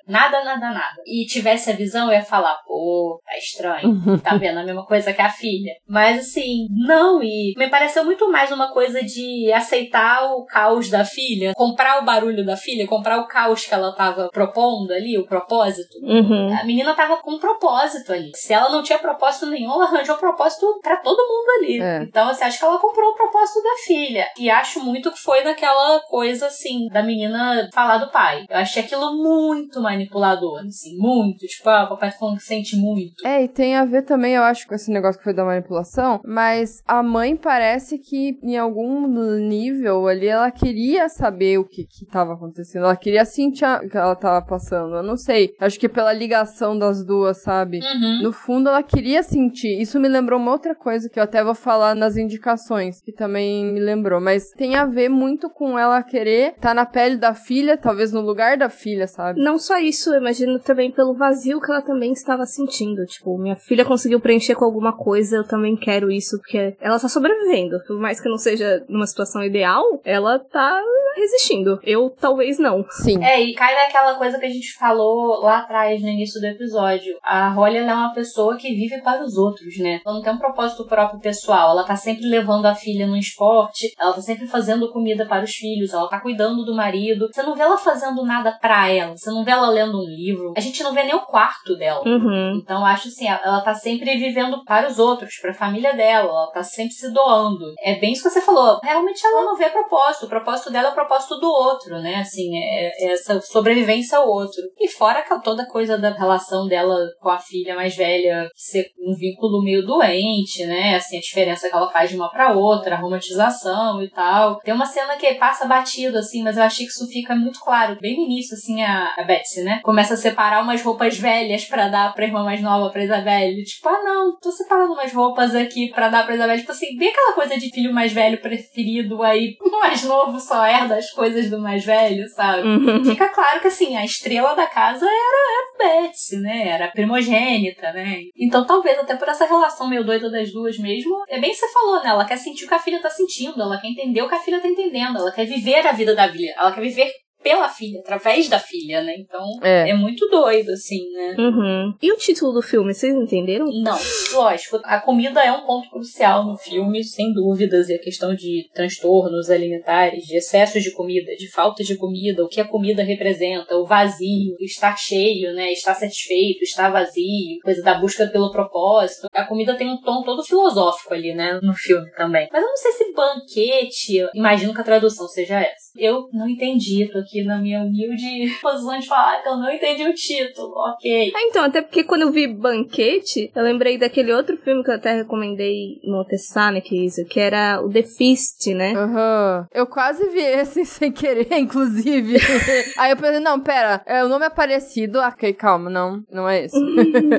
e tivesse a visão, eu ia falar, pô, tá estranho, tá vendo a mesma coisa que a filha. Mas, assim, não, e me pareceu muito mais uma coisa de aceitar o caos da filha, comprar o barulho da filha, comprar o caos que ela tava propondo ali, o propósito. Uhum. A menina tava com um propósito ali. Se ela não tinha propósito nenhum, ela arranjou propósito pra todo mundo ali. Então, assim, acho que ela comprou o propósito da filha. E acho muito que foi naquela coisa, assim, da menina falar do pai. Eu achei aquilo muito manipulador, assim, muito. Tipo, o papai tá falando que sente muito. E tem a ver também, eu acho, com esse negócio que foi da manipulação, mas a mãe parece que, em algum nível ali, ela queria saber o que tava acontecendo. Ela queria sentir o que ela tava passando. Eu não sei. Acho que pela ligação das duas, sabe? Uhum. No fundo, ela queria sentir. Isso me lembrou uma outra coisa que eu até vou falar nas indicações, que também me lembrou. Mas tem a ver muito com ela querer estar na pele da filha, talvez no lugar da filha, sabe? Não só isso, eu imagino também pelo vazio que ela também estava sentindo. Tipo, minha filha conseguiu preencher com alguma coisa, eu também quero isso, porque ela tá sobrevivendo. Por mais que não seja numa situação ideal, ela tá resistindo. Eu talvez não. Sim. E cai naquela coisa que a gente falou lá atrás, no início do episódio. A Holly, ela é uma pessoa que vive para os outros, né? Ela não tem um propósito próprio pessoal. Ela tá sempre levando a filha no esporte, ela tá sempre fazendo comida para os filhos, ela tá cuidando do marido. Você não vê ela fazendo nada pra ela, você não vê ela lendo um livro. A gente não vê nem o quarto dela. Uhum. Então, acho assim, ela tá sempre vivendo para os outros, pra família dela, ela tá sempre se doando. É bem isso que você falou. Realmente ela não vê propósito. O propósito dela é o propósito do outro, né? Assim, é essa sobrevivência ao outro. E fora toda a coisa da relação dela com a filha mais velha ser um vínculo meio doente, né? Assim, a diferença que ela faz de uma pra outra, a romantização e tal. Tem uma cena que passa batido, assim, mas eu achei que isso fica muito claro. Bem no início, assim, a Betsy, né? Começa a separar umas roupas velhas pra dar pra irmã mais nova, pra Isabelle. Tipo, não, tô separando umas roupas aqui pra dar pra Isabelle. Tipo assim, bem aquela coisa de filho mais velho preferido, aí o mais novo só herda as coisas do mais velho, sabe? Uhum. Fica claro que, assim, a estrela da casa era a Betsy, né? Era a primogênita, né? Então, talvez até por essa relação meio doida das duas mesmo, é bem que você falou, né? Ela quer sentir o que a filha tá sentindo, ela quer entender o que a filha tá entendendo, ela quer viver a vida da filha, ela quer viver pela filha, através da filha, né? Então, é muito doido, assim, né? Uhum. E o título do filme, vocês entenderam? Não, lógico, a comida é um ponto crucial no filme, sem dúvidas, e a questão de transtornos alimentares, de excessos de comida, de falta de comida, o que a comida representa, o vazio, estar cheio, né? Estar satisfeito, estar vazio, coisa da busca pelo propósito. A comida tem um tom todo filosófico ali, né? No filme também. Mas eu não sei se banquete, imagino que a tradução seja essa. Eu não entendi, tô aqui na minha humilde posição de falar que eu não entendi o título, ok. Então, até porque quando eu vi Banquete, eu lembrei daquele outro filme que eu até recomendei no Tessanic, que era o The Feast, né? Uhum. Eu quase vi esse sem querer, inclusive. Aí eu pensei, não, pera, o nome é parecido. Ok, calma, não é esse.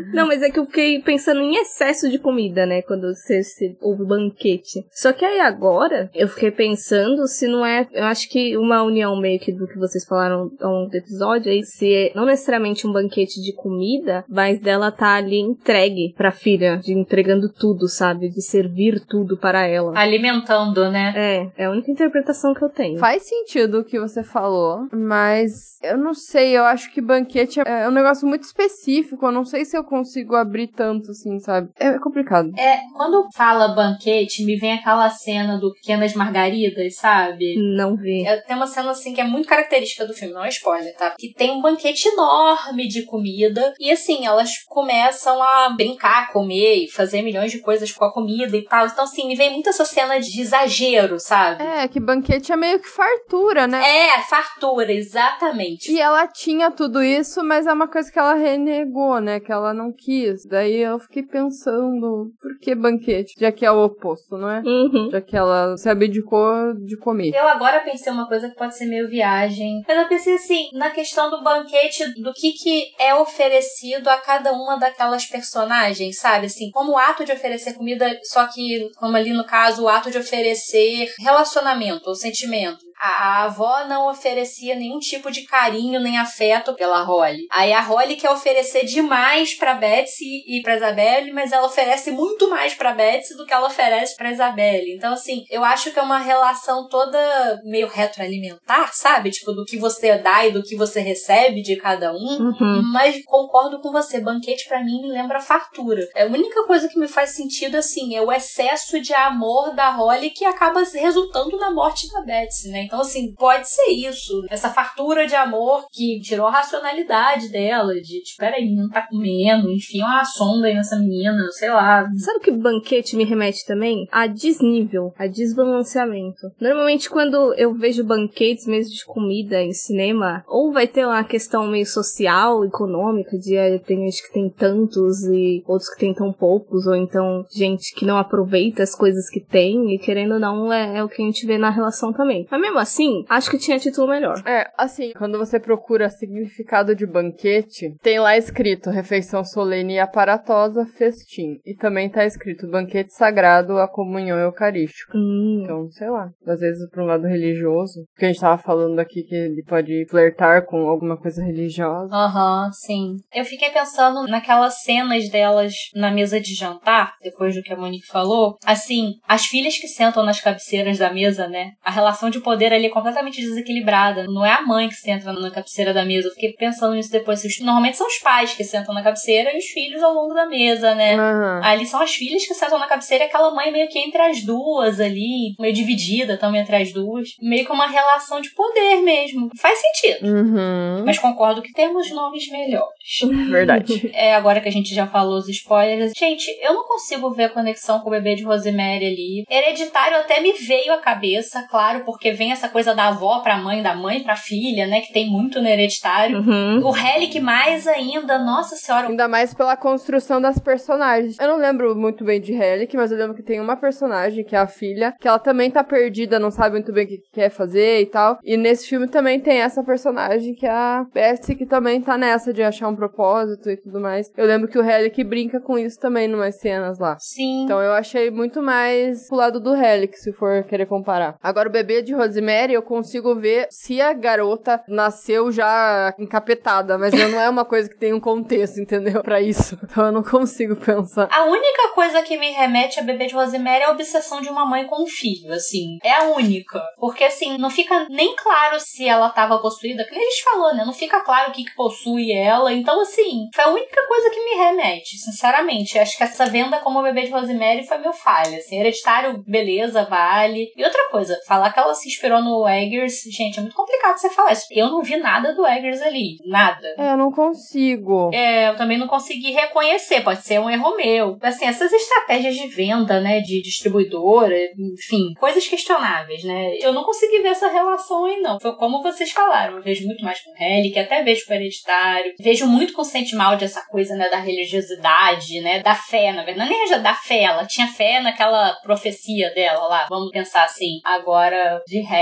Não, mas é que eu fiquei pensando em excesso de comida, né? Quando você houve banquete. Só que aí agora, eu fiquei pensando se não é... Eu acho que uma união meio que do que vocês falaram ao longo do episódio, aí se é não necessariamente um banquete de comida, mas dela tá ali entregue pra filha, de entregando tudo, sabe? De servir tudo para ela. Alimentando, né? É a única interpretação que eu tenho. Faz sentido o que você falou, mas eu não sei, eu acho que banquete é um negócio muito específico, eu não sei se eu consigo abrir tanto assim, sabe? É complicado. Quando fala banquete, me vem aquela cena do Pequenas Margaridas, sabe? Não vi. Tem uma cena assim que é muito característica do filme, não é spoiler, tá? Que tem um banquete enorme de comida e assim, elas começam a brincar, comer e fazer milhões de coisas com a comida e tal. Então assim, me vem muito essa cena de exagero, sabe? Que banquete é meio que fartura, né? Fartura, exatamente. E ela tinha tudo isso, mas é uma coisa que ela renegou, né? Que ela não quis. Daí eu fiquei pensando, por que banquete? Já que é o oposto, não é? Uhum. Já que ela se abdicou de comer. Eu agora pensei uma coisa que pode ser meio viagem. Mas eu pensei assim, na questão do banquete, do que é oferecido a cada uma daquelas personagens, sabe? Assim, como o ato de oferecer comida, só que, como ali no caso, o ato de oferecer relacionamento ou sentimento. A avó não oferecia nenhum tipo de carinho nem afeto pela Holly. Aí a Holly quer oferecer demais pra Betsy e pra Isabelle, mas ela oferece muito mais pra Betsy do que ela oferece pra Isabelle. Então, assim, eu acho que é uma relação toda meio retroalimentar, sabe? Tipo, do que você dá e do que você recebe de cada um. Uhum. Mas concordo com você, banquete pra mim me lembra fartura. A única coisa que me faz sentido, assim, é o excesso de amor da Holly que acaba resultando na morte da Betsy, né? Então, assim, pode ser isso. Essa fartura de amor que tirou a racionalidade dela, de, tipo, peraí, não tá comendo, enfim, uma sonda aí nessa menina, sei lá. Sabe o que banquete me remete também? A desnível, a desbalanceamento. Normalmente, quando eu vejo banquetes mesmo de comida em cinema, ou vai ter uma questão meio social, econômica, de tem gente que tem tantos e outros que tem tão poucos, ou então gente que não aproveita as coisas que tem, e querendo ou não, é o que a gente vê na relação também. Mas mesmo assim, acho que tinha título melhor. Assim, quando você procura significado de banquete, tem lá escrito refeição solene e aparatosa, festim. E também tá escrito banquete sagrado, a comunhão eucarística. Então, sei lá, às vezes pra um lado religioso, porque a gente tava falando aqui que ele pode flertar com alguma coisa religiosa. Sim. Eu fiquei pensando naquelas cenas delas na mesa de jantar, depois do que a Monique falou. Assim, as filhas que sentam nas cabeceiras da mesa, né? A relação de poder ali é completamente desequilibrada. Não é a mãe que senta na cabeceira da mesa. Eu fiquei pensando nisso depois. Normalmente são os pais que sentam na cabeceira e os filhos ao longo da mesa, né? Ali são as filhas que sentam na cabeceira e aquela mãe meio que entre as duas ali, meio dividida também entre as duas. Meio que uma relação de poder mesmo. Faz sentido. Mas concordo que temos nomes melhores. Verdade. Agora que a gente já falou os spoilers. Gente, eu não consigo ver a conexão com o bebê de Rosemary ali. Hereditário até me veio à cabeça, claro, porque vem essa coisa da avó pra mãe, da mãe pra filha, né? Que tem muito no Hereditário. O Relic mais ainda, nossa senhora. Ainda mais pela construção das personagens. Eu não lembro muito bem de Relic, mas eu lembro que tem uma personagem, que é a filha, que ela também tá perdida, não sabe muito bem o que quer fazer e tal. E nesse filme também tem essa personagem, que é a Betsy, que também tá nessa de achar um propósito e tudo mais. Eu lembro que o Relic brinca com isso também numas cenas lá. Sim. Então eu achei muito mais pro lado do Relic, se for querer comparar. Agora o bebê de Rosemary, eu consigo ver se a garota nasceu já encapetada, mas não é uma coisa que tem um contexto, entendeu? Pra isso. Então eu não consigo pensar. A única coisa que me remete a bebê de Rosemary é a obsessão de uma mãe com um filho, assim. É a única. Porque, assim, não fica nem claro se ela tava possuída, que nem a gente falou, né? Não fica claro o que possui ela. Então, assim, foi a única coisa que me remete, sinceramente. Acho que essa venda como bebê de Rosemary foi meio falha, assim. Hereditário, beleza, vale. E outra coisa, falar que ela se inspirou no Eggers, gente, é muito complicado você falar isso. Eu não vi nada do Eggers ali. Nada. Eu não consigo. Eu também não consegui reconhecer. Pode ser um erro meu. Assim, essas estratégias de venda, né, de distribuidora, enfim, coisas questionáveis, né? Eu não consegui ver essa relação aí, não. Foi como vocês falaram. Eu vejo muito mais com Relic, até vejo com Hereditário. Vejo muito com Sentimald essa coisa, né, da religiosidade, né, da fé, na verdade. Nem da fé, ela tinha fé naquela profecia dela lá. Vamos pensar assim. Agora, de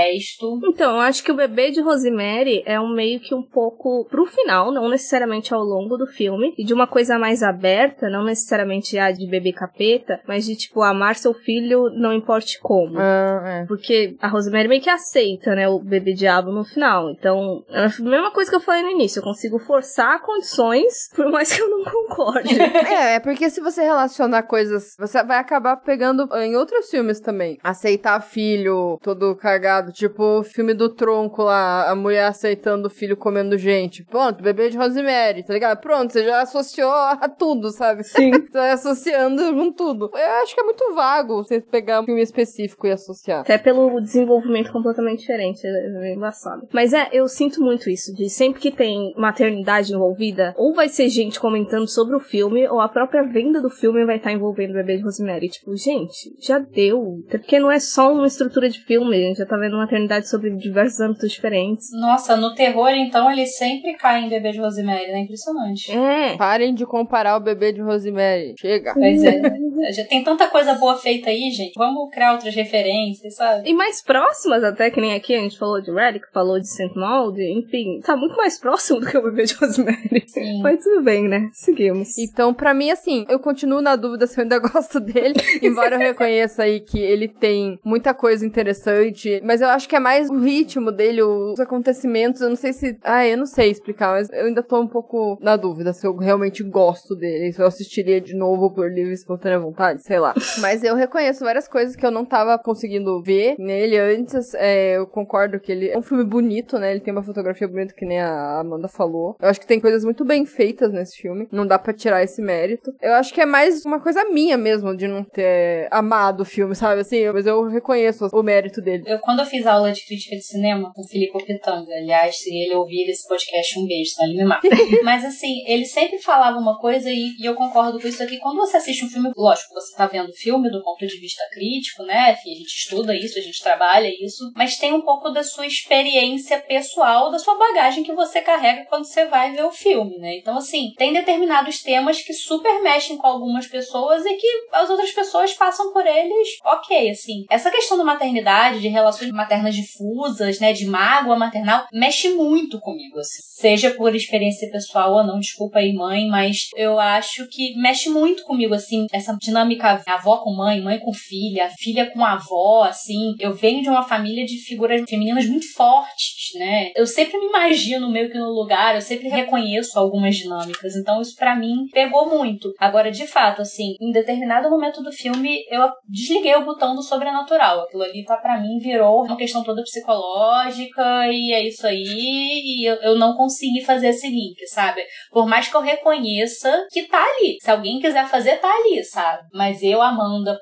resto... Então, eu acho que o bebê de Rosemary é meio que um pouco pro final, não necessariamente ao longo do filme, e de uma coisa mais aberta, não necessariamente de bebê capeta, mas de, tipo, amar seu filho não importe como. Porque a Rosemary meio que aceita, né, o bebê diabo no final. Então, é a mesma coisa que eu falei no início, eu consigo forçar condições, por mais que eu não concorde. É porque se você relacionar coisas, você vai acabar pegando em outros filmes também. Aceitar filho todo cagado, tipo o filme do Tronco lá, a mulher aceitando o filho comendo gente. Pronto, bebê de Rosemary, tá ligado? Pronto, você já associou a tudo, sabe? Sim. Você vai associando com tudo. Eu acho que é muito vago você pegar um filme específico e associar. Até pelo desenvolvimento completamente diferente, é embaçado. Mas eu sinto muito isso, de sempre que tem maternidade envolvida, ou vai ser gente comentando sobre o filme, ou a própria venda do filme vai estar envolvendo o bebê de Rosemary. Tipo, gente, já deu. Até porque não é só uma estrutura de filme, a gente já tá vendo maternidade sobre diversos âmbitos diferentes. Nossa, no terror, então, ele sempre cai em bebê de Rosemary, né? Impressionante. Parem de comparar o bebê de Rosemary. Chega. Pois é. Já tem tanta coisa boa feita aí, gente. Vamos criar outras referências, sabe? E mais próximas até, que nem aqui a gente falou de Relic, falou de St. Maud, enfim, tá muito mais próximo do que o bebê de Rosemary. Sim. Mas tudo bem, né? Seguimos. Então, pra mim, assim, eu continuo na dúvida se eu ainda gosto dele, embora eu reconheça aí que ele tem muita coisa interessante, mas eu acho que é mais o ritmo dele, os acontecimentos, eu não sei se... eu não sei explicar, mas eu ainda tô um pouco na dúvida se eu realmente gosto dele, se eu assistiria de novo por livre e espontânea vontade, sei lá. Mas eu reconheço várias coisas que eu não tava conseguindo ver nele antes, eu concordo que ele é um filme bonito, né, ele tem uma fotografia bonita que nem a Amanda falou. Eu acho que tem coisas muito bem feitas nesse filme, não dá pra tirar esse mérito. Eu acho que é mais uma coisa minha mesmo, de não ter amado o filme, sabe, assim, mas eu reconheço o mérito dele. Quando eu fiz aula de crítica de cinema com o Filipe Pitanga, aliás, se ele ouvir esse podcast, um beijo, senão ele me mata. Mas assim, ele sempre falava uma coisa e eu concordo com isso aqui. Quando você assiste um filme, lógico, você tá vendo o filme do ponto de vista crítico, né? A gente estuda isso, a gente trabalha isso, mas tem um pouco da sua experiência pessoal, da sua bagagem que você carrega quando você vai ver o filme, né? Então, assim, tem determinados temas que super mexem com algumas pessoas e que as outras pessoas passam por eles, ok, assim. Essa questão da maternidade, de relações maternas difusas, né, de mágoa maternal, mexe muito comigo, assim. Seja por experiência pessoal ou não, desculpa aí, mãe, mas eu acho que mexe muito comigo, assim, essa dinâmica avó com mãe, mãe com filha com avó, assim. Eu venho de uma família de figuras femininas muito fortes, né? Eu sempre me imagino meio que no lugar, eu sempre reconheço algumas dinâmicas, então isso pra mim pegou muito. Agora, de fato, assim, em determinado momento do filme, eu desliguei o botão do sobrenatural. Aquilo ali pra mim virou uma questão toda psicológica e é isso aí, e eu não consegui fazer esse link, sabe? Por mais que eu reconheça que tá ali. Se alguém quiser fazer, tá ali, sabe? Mas eu, Amanda,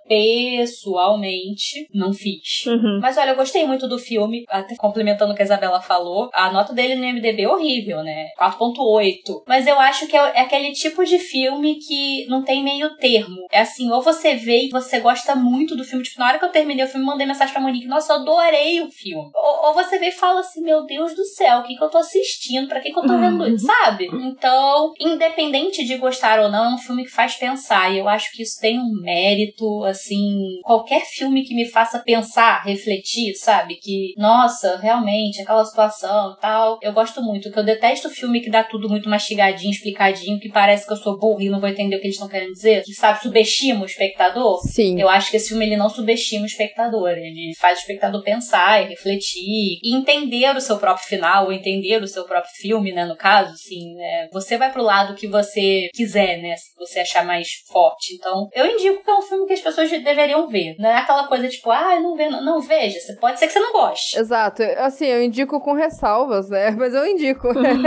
pessoalmente, não fiz. Mas olha, eu gostei muito do filme, até complementando o que a Isabela falou, a nota dele no IMDb é horrível, né? 4.8. Mas eu acho que é aquele tipo de filme que não tem meio termo. É assim, ou você vê e você gosta muito do filme, tipo, na hora que eu terminei o filme, mandei mensagem pra Monique, nossa, eu adorei o filme. Ou você vê e fala assim, meu Deus do céu, o que eu tô assistindo? Pra que eu tô vendo isso? Sabe? Então, independente de gostar ou não, é um filme que faz pensar, e eu acho que isso tem um mérito, assim, qualquer filme que me faça pensar, refletir, sabe? Que, nossa, realmente, aquela situação e tal, eu gosto muito, que eu detesto filme que dá tudo muito mastigadinho, explicadinho, que parece que eu sou burro e não vou entender o que eles estão querendo dizer, que, sabe, subestima o espectador. Sim. Eu acho que esse filme, ele não subestima o espectador, ele faz o espectador pensar e refletir, e entender o seu próprio final, ou entender o seu próprio filme, né, no caso, assim, né, você vai pro lado que você quiser, né, se você achar mais forte. Então, eu indico que é um filme que as pessoas deveriam ver. Não é aquela coisa tipo, não vê, não veja. Pode ser que você não goste. Exato. Assim, eu indico com ressalvas, né? Mas eu indico.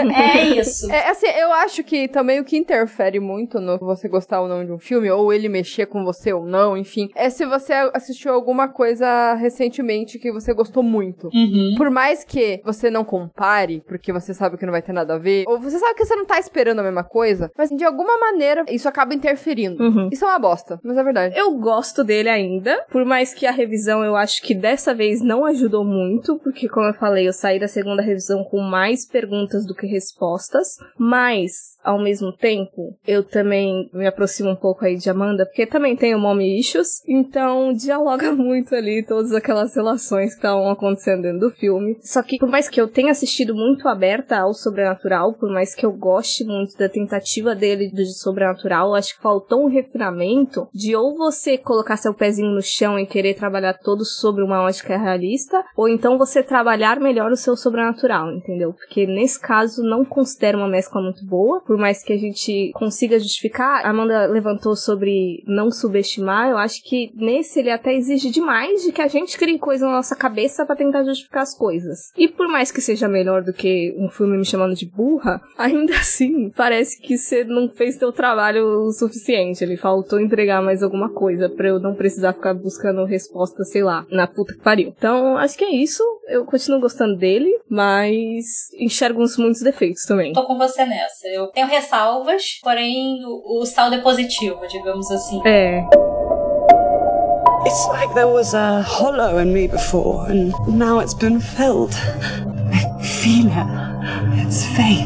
É isso. Assim, eu acho que também o que interfere muito no você gostar ou não de um filme, ou ele mexer com você ou não, enfim, é se você assistiu alguma coisa recentemente que você gostou muito. Por mais que você não compare, porque você sabe que não vai ter nada a ver, ou você sabe que você não tá esperando a mesma coisa, mas de alguma maneira isso acaba interferindo. Isso é uma bosta, mas é verdade. Eu gosto dele ainda, por mais que a revisão eu acho que dessa vez não ajudou muito, porque como eu falei, eu saí da segunda revisão com mais perguntas do que respostas, mas ao mesmo tempo, eu também me aproximo um pouco aí de Amanda, porque também tenho mommy issues, então dialoga muito ali todas aquelas relações estavam acontecendo dentro do filme. Só que, por mais que eu tenha assistido muito aberta ao sobrenatural, por mais que eu goste muito da tentativa dele do sobrenatural, acho que faltou um refinamento de ou você colocar seu pezinho no chão e querer trabalhar todo sobre uma ótica realista, ou então você trabalhar melhor o seu sobrenatural, entendeu? Porque nesse caso não considero uma mescla muito boa, por mais que a gente consiga justificar. A Amanda levantou sobre não subestimar, eu acho que nesse ele até exige demais de que a gente crie coisa na nossa cabeça pra tentar justificar as coisas. E por mais que seja melhor do que um filme me chamando de burra, ainda assim parece que você não fez seu trabalho o suficiente. Ele faltou entregar mais alguma coisa pra eu não precisar ficar buscando resposta, sei lá, na puta que pariu. Então, acho que é isso. Eu continuo gostando dele, mas enxergo muitos defeitos também. Tô com você nessa. Eu tenho ressalvas, porém o saldo é positivo, digamos assim. É. It's like there was a hollow in me before, and now it's been filled. I feel it. It's faith.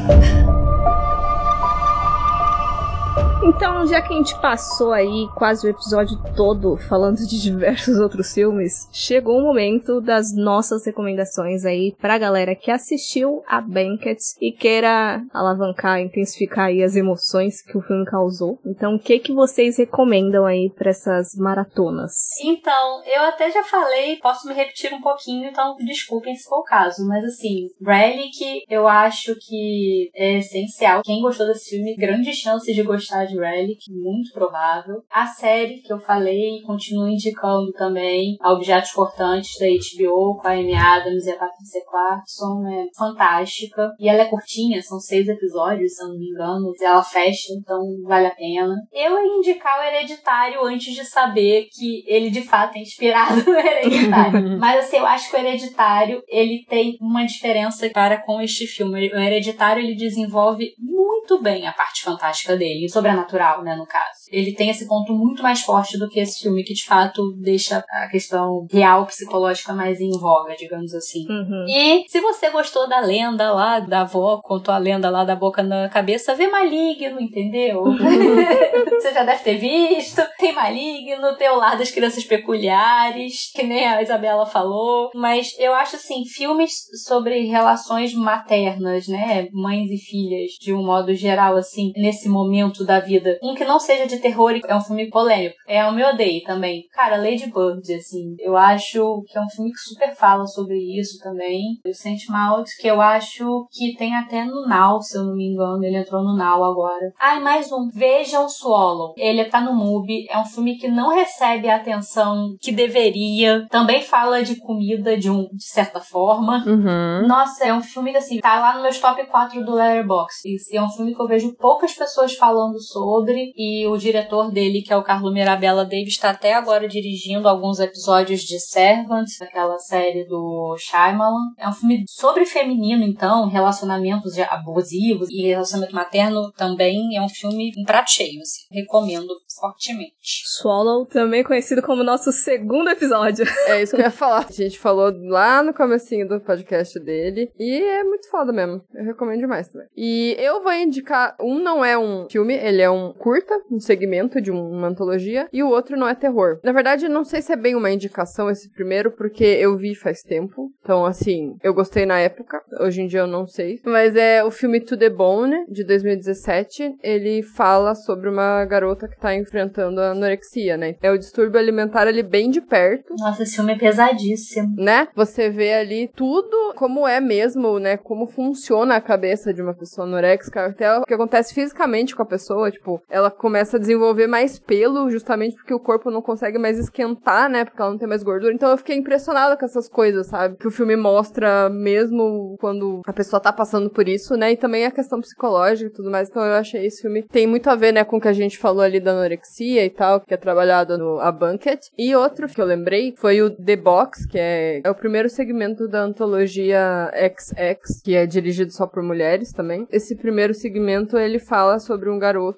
Então, já que a gente passou aí quase o episódio todo falando de diversos outros filmes, chegou o momento das nossas recomendações aí pra galera que assistiu a Banquet e queira alavancar, intensificar aí as emoções que o filme causou. Então, o que vocês recomendam aí pra essas maratonas? Então, eu até já falei, posso me repetir um pouquinho, então desculpem se for o caso, mas assim, Relic eu acho que é essencial. Quem gostou desse filme, grande chance de gostar de Relic, muito provável. A série que eu falei, continuo indicando também, a Objetos Cortantes da HBO, com a Amy Adams e a Patricia Clarkson, é fantástica. E ela é curtinha, são 6 episódios, se eu não me engano. Ela fecha, então vale a pena. Eu ia indicar o Hereditário antes de saber que ele de fato é inspirado no Hereditário. Mas assim, eu acho que o Hereditário, ele tem uma diferença para com este filme. O Hereditário, ele desenvolve muito bem a parte fantástica dele, sobrenatural, né, no caso. Ele tem esse ponto muito mais forte do que esse filme, que de fato deixa a questão real, psicológica mais em voga, digamos assim. E se você gostou da lenda lá, da avó, contou a lenda lá da boca na cabeça, vê Maligno, entendeu? Você já deve ter visto. Tem Maligno, tem o Lar das Crianças Peculiares, que nem a Isabela falou. Mas eu acho, assim, filmes sobre relações maternas, né, mães e filhas, de um modo geral, assim, nesse momento da vida. Um que não seja de terror, é um filme polêmico. É o meu odeio também. Cara, Lady Bird, assim, eu acho que é um filme que super fala sobre isso também. O Sentimount, que eu acho que tem até no Now, se eu não me engano. Ele entrou no Now agora. Ah, e mais um. Veja o Swallow. Ele tá no MUBI. É um filme que não recebe a atenção que deveria. Também fala de comida de certa forma. Nossa, é um filme que, assim, tá lá no meus top 4 do Letterboxd. E é um filme que eu vejo poucas pessoas falando sobre. E o diretor dele, que é o Carlo Mirabella Davis, está até agora dirigindo alguns episódios de Servant, aquela série do Shyamalan. É um filme sobre feminino, então, relacionamentos abusivos e relacionamento materno também. É um filme um prato cheio, assim. Recomendo fortemente. Swallow, também conhecido como nosso segundo episódio. É isso que eu ia falar. A gente falou lá no comecinho do podcast dele e é muito foda mesmo. Eu recomendo demais também. E eu vou indicar, não é um filme, ele é um curta, um segmento de uma antologia, e o outro não é terror. Na verdade, não sei se é bem uma indicação esse primeiro, porque eu vi faz tempo. Então, assim, eu gostei na época. Hoje em dia eu não sei. Mas é o filme To The Bone, de 2017. Ele fala sobre uma garota que tá enfrentando a anorexia, né? É o distúrbio alimentar ali bem de perto. Nossa, esse filme é pesadíssimo. Né? Você vê ali tudo como é mesmo, né? Como funciona a cabeça de uma pessoa anoréxica. Até o que acontece fisicamente com a pessoa. Tipo, ela começa a desenvolver mais pelo justamente porque o corpo não consegue mais esquentar, né? Porque ela não tem mais gordura. Então eu fiquei impressionada com essas coisas, sabe? Que o filme mostra mesmo quando a pessoa tá passando por isso, né? E também a questão psicológica e tudo mais. Então eu achei esse filme tem muito a ver, né? Com o que a gente falou ali da anorexia e tal, que é trabalhado no A Banquet. E outro que eu lembrei foi o The Box, que é o primeiro segmento da antologia XX, que é dirigido só por mulheres também. Esse primeiro segmento, ele fala sobre um garoto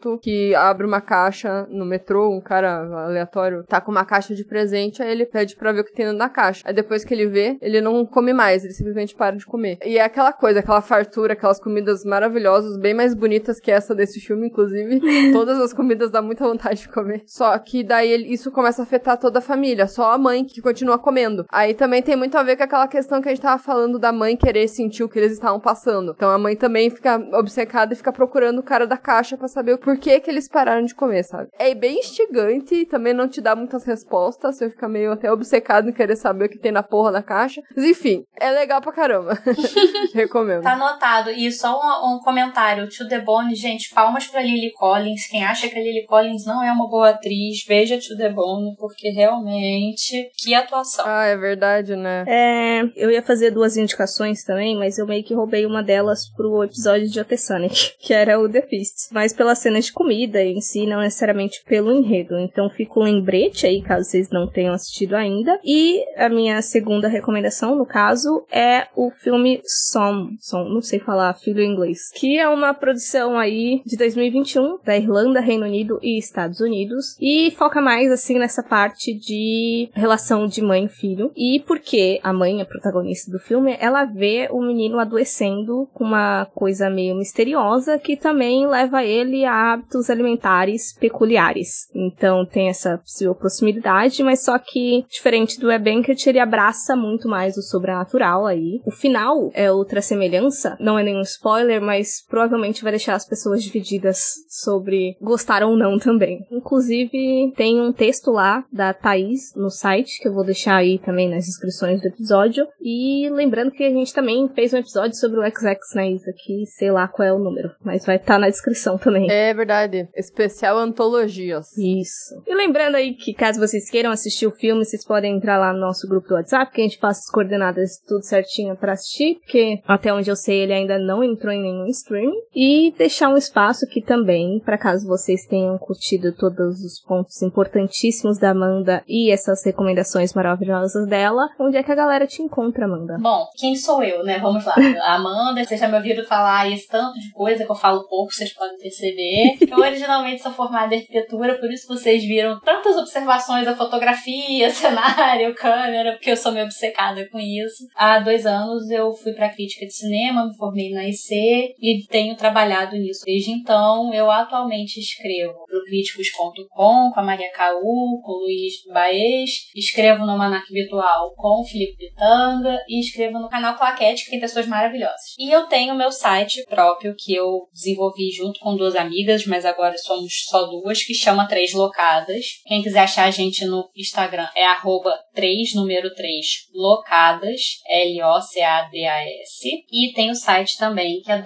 garoto que abre uma caixa no metrô, um cara aleatório tá com uma caixa de presente, aí ele pede pra ver o que tem dentro da caixa. Aí depois que ele vê, ele não come mais, ele simplesmente para de comer. E é aquela coisa, aquela fartura, aquelas comidas maravilhosas, bem mais bonitas que essa desse filme, inclusive. Todas as comidas dá muita vontade de comer. Só que daí isso começa a afetar toda a família, só a mãe que continua comendo. Aí também tem muito a ver com aquela questão que a gente tava falando da mãe querer sentir o que eles estavam passando. Então a mãe também fica obcecada e fica procurando o cara da caixa pra saber o porquê que eles pararam de comer, sabe? É bem instigante e também não te dá muitas respostas, você fica meio até obcecado em querer saber o que tem na porra da caixa. Mas enfim, é legal pra caramba. Recomendo. Tá anotado. E só um comentário. To the Bone, gente, palmas pra Lily Collins. Quem acha que a Lily Collins não é uma boa atriz, veja To the Bone, porque realmente, que atuação. Ah, é verdade, né? Eu ia fazer 2 indicações também, mas eu meio que roubei uma delas pro episódio de Otesanic, que era o The Feast. Mas pelas cenas de comida em si, não necessariamente pelo enredo. Então fica um lembrete aí, caso vocês não tenham assistido ainda. E a minha segunda recomendação, no caso, é o filme Som, não sei falar, filho em inglês, que é uma produção aí de 2021, da Irlanda, Reino Unido e Estados Unidos, e foca mais, assim, nessa parte de relação de mãe e filho, e porque a mãe, a protagonista do filme, ela vê o menino adoecendo com uma coisa meio misteriosa, que também leva ele a hábitos alimentares peculiares. Então tem essa possível proximidade, mas só que, diferente do Banquet, ele abraça muito mais o sobrenatural aí. O final é outra semelhança, não é nenhum spoiler, mas provavelmente vai deixar as pessoas divididas sobre gostar ou não também. Inclusive, tem um texto lá da Thaís no site, que eu vou deixar aí também nas descrições do episódio. E lembrando que a gente também fez um episódio sobre o XX, né, Isa? Que sei lá qual é o número, mas vai estar na descrição também. É verdade. Especial Antologias. Isso. E lembrando aí que caso vocês queiram assistir o filme, vocês podem entrar lá no nosso grupo do WhatsApp, que a gente passa as coordenadas tudo certinho pra assistir, porque até onde eu sei ele ainda não entrou em nenhum streaming. E deixar um espaço aqui também, pra caso vocês tenham curtido todos os pontos importantíssimos da Amanda e essas recomendações maravilhosas dela, onde é que a galera te encontra, Amanda? Bom, quem sou eu, né? Vamos lá. A Amanda, vocês já me ouviram falar esse tanto de coisa que eu falo pouco, vocês podem perceber. Eu originalmente sou formada em arquitetura, por isso vocês viram tantas observações a fotografia, cenário, câmera, porque eu sou meio obcecada com isso. Há 2 anos eu fui pra crítica de cinema, me formei na IC e tenho trabalhado nisso. Desde então, eu atualmente escrevo pro críticos.com, com a Maria Caú, com o Luiz Baez, escrevo no Almanac Virtual com o Felipe Pitanga e escrevo no canal Claquete, que tem pessoas maravilhosas. E eu tenho meu site próprio, que eu desenvolvi junto com 2 amigas, mas agora somos só 2, que chama 3 Locadas. Quem quiser achar a gente no Instagram é @3Locadas, LOCADAS. E tem o site também, que é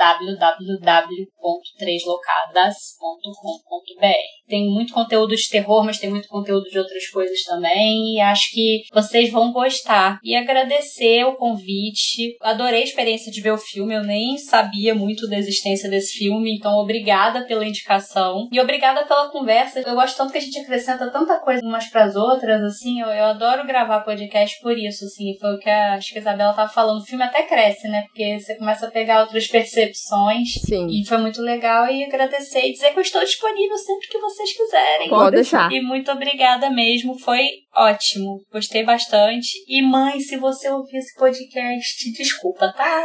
www.3locadas.com.br. Tem muito conteúdo de terror, mas tem muito conteúdo de outras coisas também, e acho que vocês vão gostar. E agradecer o convite. Adorei a experiência de ver o filme, eu nem sabia muito da existência desse filme, então obrigada pela indicação. E obrigada pela conversa. Eu gosto tanto que a gente acrescenta tanta coisa umas pras outras, assim, eu adoro gravar podcast por isso, assim, foi o que acho que a Isabela tava falando. O filme até cresce, né, porque você começa a pegar outras percepções. Sim. E foi muito legal, e agradecer e dizer que eu estou disponível sempre que vocês quiserem. Pode deixar. E muito obrigada mesmo, foi ótimo, gostei bastante. E mãe, se você ouvir esse podcast, desculpa, tá?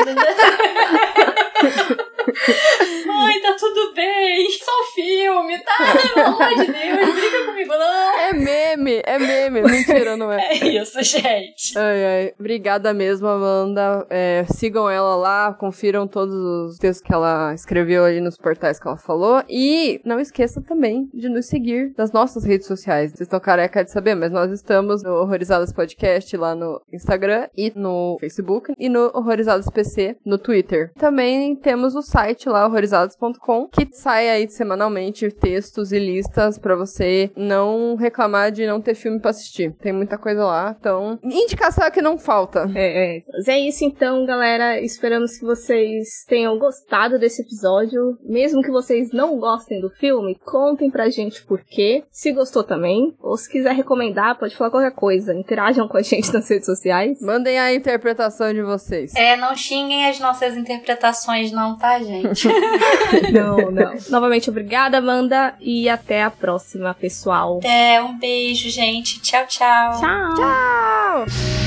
Mãe, tá tudo bem, só um filme, tá? Pelo amor de Deus, briga comigo não. É meme, mentira, não é? É isso, gente. Ai, obrigada mesmo, Amanda. Sigam ela lá, confiram todos os textos que ela escreveu aí nos portais que ela falou. E não esqueça também de nos seguir nas nossas redes sociais. Vocês estão careca de saber, mas nós estamos no Horrorizadas Podcast lá no Instagram e no Facebook, e no Horrorizadas PC no Twitter. Também temos o site lá, horrorizadas.com, que sai aí semanalmente textos e listas pra você não reclamar de não ter filme pra assistir. Tem muita coisa lá, então... Indicação é que não falta. Mas é isso então, galera. Esperamos que vocês tenham gostado desse episódio. Mesmo que vocês não gostem do filme, contem pra gente por quê. Se gostou também. Ou se quiser recomendar, pode falar qualquer coisa. Interajam com a gente nas redes sociais. Mandem a interpretação de vocês. Não xinguem as nossas interpretações não, tá, gente? Não. Novamente, obrigada, Amanda. E até a próxima, pessoal. Um beijo, gente. Tchau, tchau. Tchau!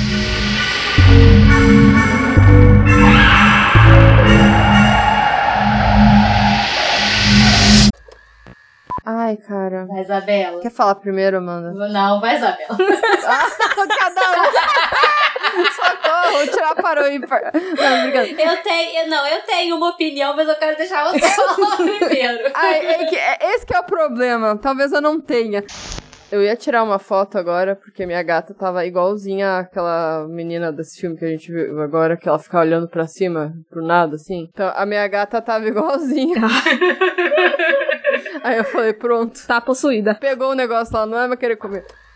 Ai, cara. Vai, Isabela. Quer falar primeiro, Amanda? Não, vai, Isabela. Cada um. Socorro, vou tirar para o ímpar. Não, obrigada. Eu tenho uma opinião, mas eu quero deixar você falar primeiro. Esse que é o problema. Talvez eu não tenha. Eu ia tirar uma foto agora, porque minha gata tava igualzinha àquela menina desse filme que a gente viu agora, que ela fica olhando pra cima, pro nada, assim. Então, a minha gata tava igualzinha. Aí eu falei, pronto. Tá possuída. Pegou o negócio lá, não é mais querer comer.